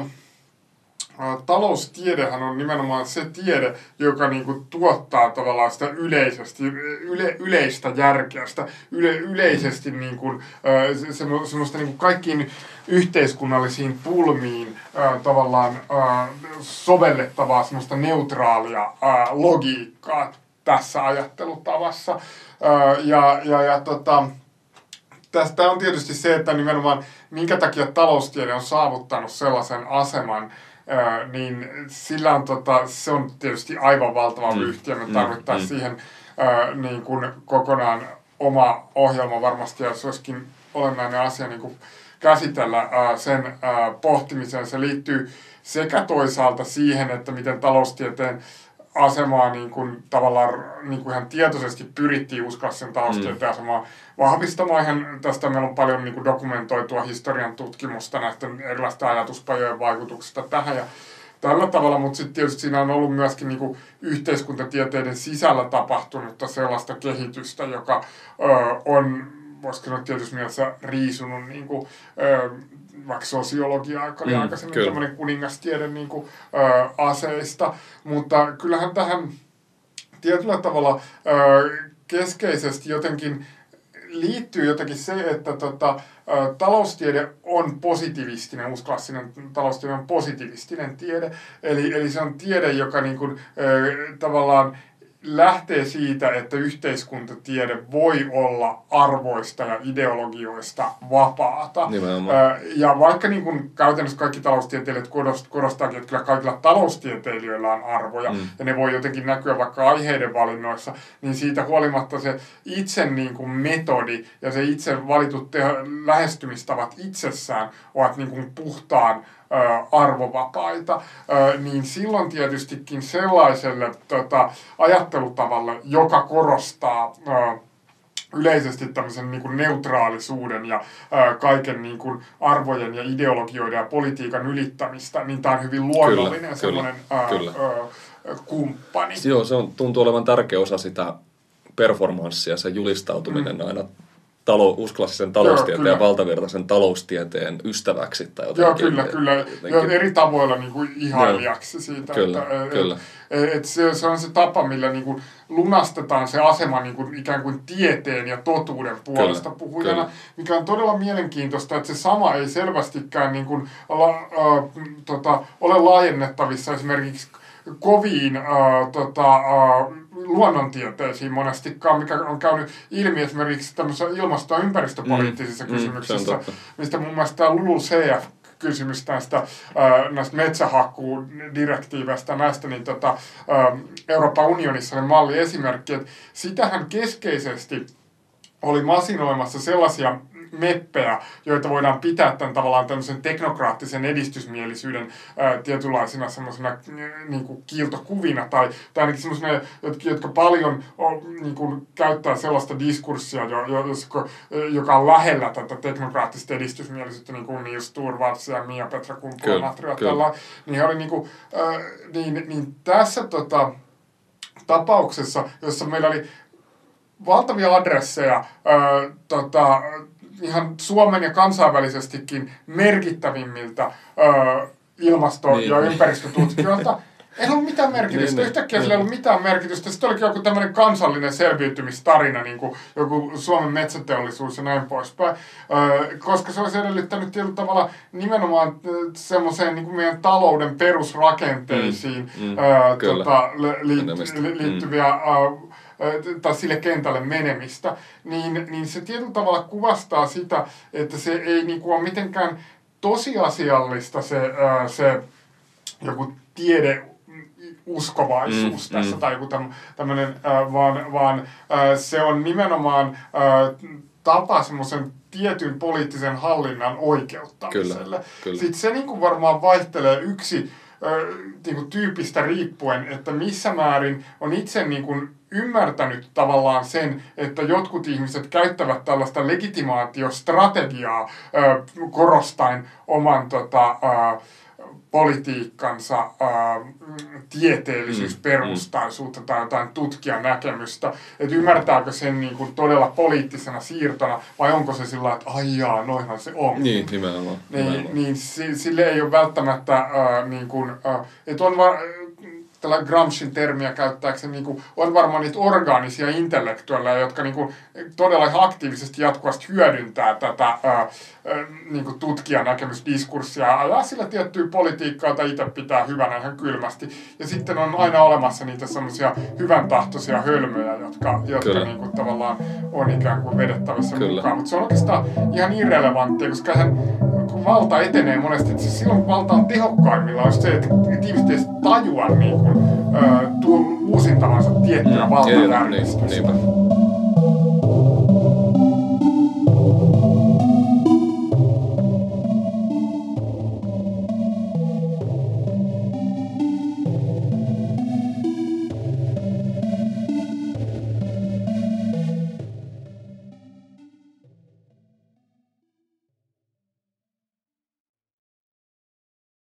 taloustiedehän on nimenomaan se tiede, joka niinku tuottaa tavallaan sitä yleisesti, yle, yleistä järkeä, sitä yle, yleisesti niinku, se, semmoista niinku kaikkiin yhteiskunnallisiin pulmiin äh, tavallaan äh, sovellettavaa semmoista neutraalia äh, logiikkaa tässä ajattelutavassa. Äh, ja ja, ja tota, tästä on tietysti se, että nimenomaan minkä takia taloustiede on saavuttanut sellaisen aseman, äh, niin sillä on, tota, se on tietysti aivan valtava mm. yhtiö. Me tarvittaisiin mm. siihen äh, niin kuin kokonaan oma ohjelma varmasti, ja se olisikin olennainen asia niin kuin käsitellä ää, sen ää, pohtimiseen. Se liittyy sekä toisaalta siihen, että miten taloustieteen asemaa niin kuin, tavallaan niin kuin ihan tietoisesti pyrittiin uskoa sen taloustieteen mm. asemaa vahvistamaan. Ihan tästä meillä on paljon niin kuin dokumentoitua historian tutkimusta näiden erilaisten ajatuspajojen vaikutuksista tähän ja tällä tavalla, mutta sitten tietysti siinä on ollut myöskin niin kuin yhteiskuntatieteiden sisällä tapahtunutta sellaista kehitystä, joka ö, on voisiko sanoa tietysti mielessä riisunut niin kuin, ö, vaikka sosiologia, joka oli mm, aikaisemmin kyllä. tämmöinen kuningastiede niin kuin, ö, aseista. Mutta kyllähän tähän tietyllä tavalla ö, keskeisesti jotenkin liittyy jotenkin se, että tota, ö, taloustiede on positivistinen, uusklassinen taloustiede on positivistinen tiede. Eli, eli se on tiede, joka niin kuin, ö, tavallaan lähtee siitä, että yhteiskuntatiede voi olla arvoista ja ideologioista vapaata. Nimenomaan. Ja vaikka niin kuin käytännössä kaikki taloustieteilijät korostaakin, että kyllä kaikilla taloustieteilijöillä on arvoja, mm. ja ne voi jotenkin näkyä vaikka aiheiden valinnoissa, niin siitä huolimatta se itse niin kuin metodi ja se itse valitut teho, lähestymistavat itsessään ovat niin kuin puhtaan arvovapaita, niin silloin tietystikin sellaiselle tota, ajattelutavalle, joka korostaa yleisesti tämmöisen niin kuin neutraalisuuden ja ää, kaiken niin kuin arvojen ja ideologioiden ja politiikan ylittämistä, niin tämä on hyvin luonnollinen kyllä, semmoinen kyllä, ää, kyllä. Ää, kumppani. Joo, se on, tuntuu olevan tärkeä osa sitä performanssia, se julistautuminen mm. aina Talo, uusklassisen taloustieteen Joo, ja valtavirtaisen taloustieteen ystäväksi. Tai Joo, kyllä, kyllä. Jotenkin eri tavoilla niin kuin ihailijaksi siitä. Kyllä, että, kyllä. Et, et se, se on se tapa, millä niin kuin lunastetaan se asema niin kuin ikään kuin tieteen ja totuuden puolesta kyllä, puhujana, kyllä. mikä on todella mielenkiintoista, että se sama ei selvästikään niin kuin, la, äh, tota, ole laajennettavissa esimerkiksi koviin äh, tota, äh, luonnontieteisiin monestikaan, mikä on käynyt ilmi esimerkiksi tämmöisissä ilmasto- ja ympäristöpoliittisissa mm, kysymyksissä, mm, mistä mun mielestä tämä LULUCF kysymys näistä, äh, näistä metsähakkuudirektiiveistä, näistä, niin tota, äh, Euroopan unionissa on malliesimerkki, että sitähän keskeisesti oli masinoimassa sellaisia meppejä, joita voidaan pitää tämän tavallaan tämmöisen teknokraattisen edistysmielisyyden ää, tietynlaisina semmoisena niin kuin kiiltokuvina, tai, tai ainakin semmoisena, jotka, jotka paljon o, niin kuin, käyttää sellaista diskurssia, jo, jo, joka on lähellä tätä teknokraattista edistysmielisyyttä, niin kuin Niels Torvalds ja Mia-Petra Kumpula-Natri, niin he oli niin kuin, ää, niin, niin tässä tota, tapauksessa, jossa meillä oli valtavia adresseja, ää, tota, ihan Suomen ja kansainvälisestikin merkittävimmiltä ö, ilmasto- niin, ja ympäristötutkijoilta. Ei ollut mitään merkitystä. Niin, Yhtäkkiä niin, sillä ei ollut mitään merkitystä. Sitten olikin joku tämmöinen kansallinen selviytymistarina, niin kuin joku Suomen metsäteollisuus ja näin poispäin. Ö, koska se olisi edellyttänyt tietyllä tavalla nimenomaan semmoiseen niin kuin meidän talouden perusrakenteisiin mm, mm, ö, tota, li, li, liittyviä mm. tai sille kentälle menemistä, niin, niin se tietyllä tavalla kuvastaa sitä, että se ei niinku ole mitenkään tosiasiallista se, ää, se joku tiedeuskovaisuus mm, tässä mm. tai joku tämmöinen, vaan, vaan ää, se on nimenomaan ää, tapa semmoisen tietyn poliittisen hallinnan oikeuttamiselle. Kyllä, kyllä. Sitten se niinku varmaan vaihtelee yksi niin kuin tyypistä riippuen, että missä määrin on itse niin kuin ymmärtänyt tavallaan sen, että jotkut ihmiset käyttävät tällaista legitimaatiostrategiaa ö, korostaen oman tota, ö, politiikkansa ö, tieteellisyysperustaisuutta mm, tai jotain tutkijan näkemystä, että ymmärtääkö sen niin kuin todella poliittisena siirtona vai onko se sillä että ai jaa, noinhan se on. Niin, nimenomaan. Niin, nimenomaan. niin sille ei ole välttämättä äh, niin kuin, äh, että on var, tällä Gramscin termiä käyttääkseni, niin kuin, on varmaan niitä orgaanisia intellektuelleja, jotka niin kuin, todella aktiivisesti jatkuvasti hyödyntää tätä ää, niin kuin tutkijan näkemysdiskurssia ja ajaa sillä tiettyä politiikkaa, jota itse pitää hyvänä ihan kylmästi. Ja sitten on aina olemassa niitä semmoisia hyvän tahtoisia hölmöjä, jotka, jotka niin kuin, tavallaan on ikään kuin vedettävissä Kyllä. mukaan. Mutta se on oikeastaan ihan irrelevanttia, koska hän, kun valta etenee monesti, että silloin kun valta on tehokkaimmillaan, on se, että ihmiset ei tajua niin kuin, tuo uusintavansa tiettyä mm, valtajärjestystä. Niin,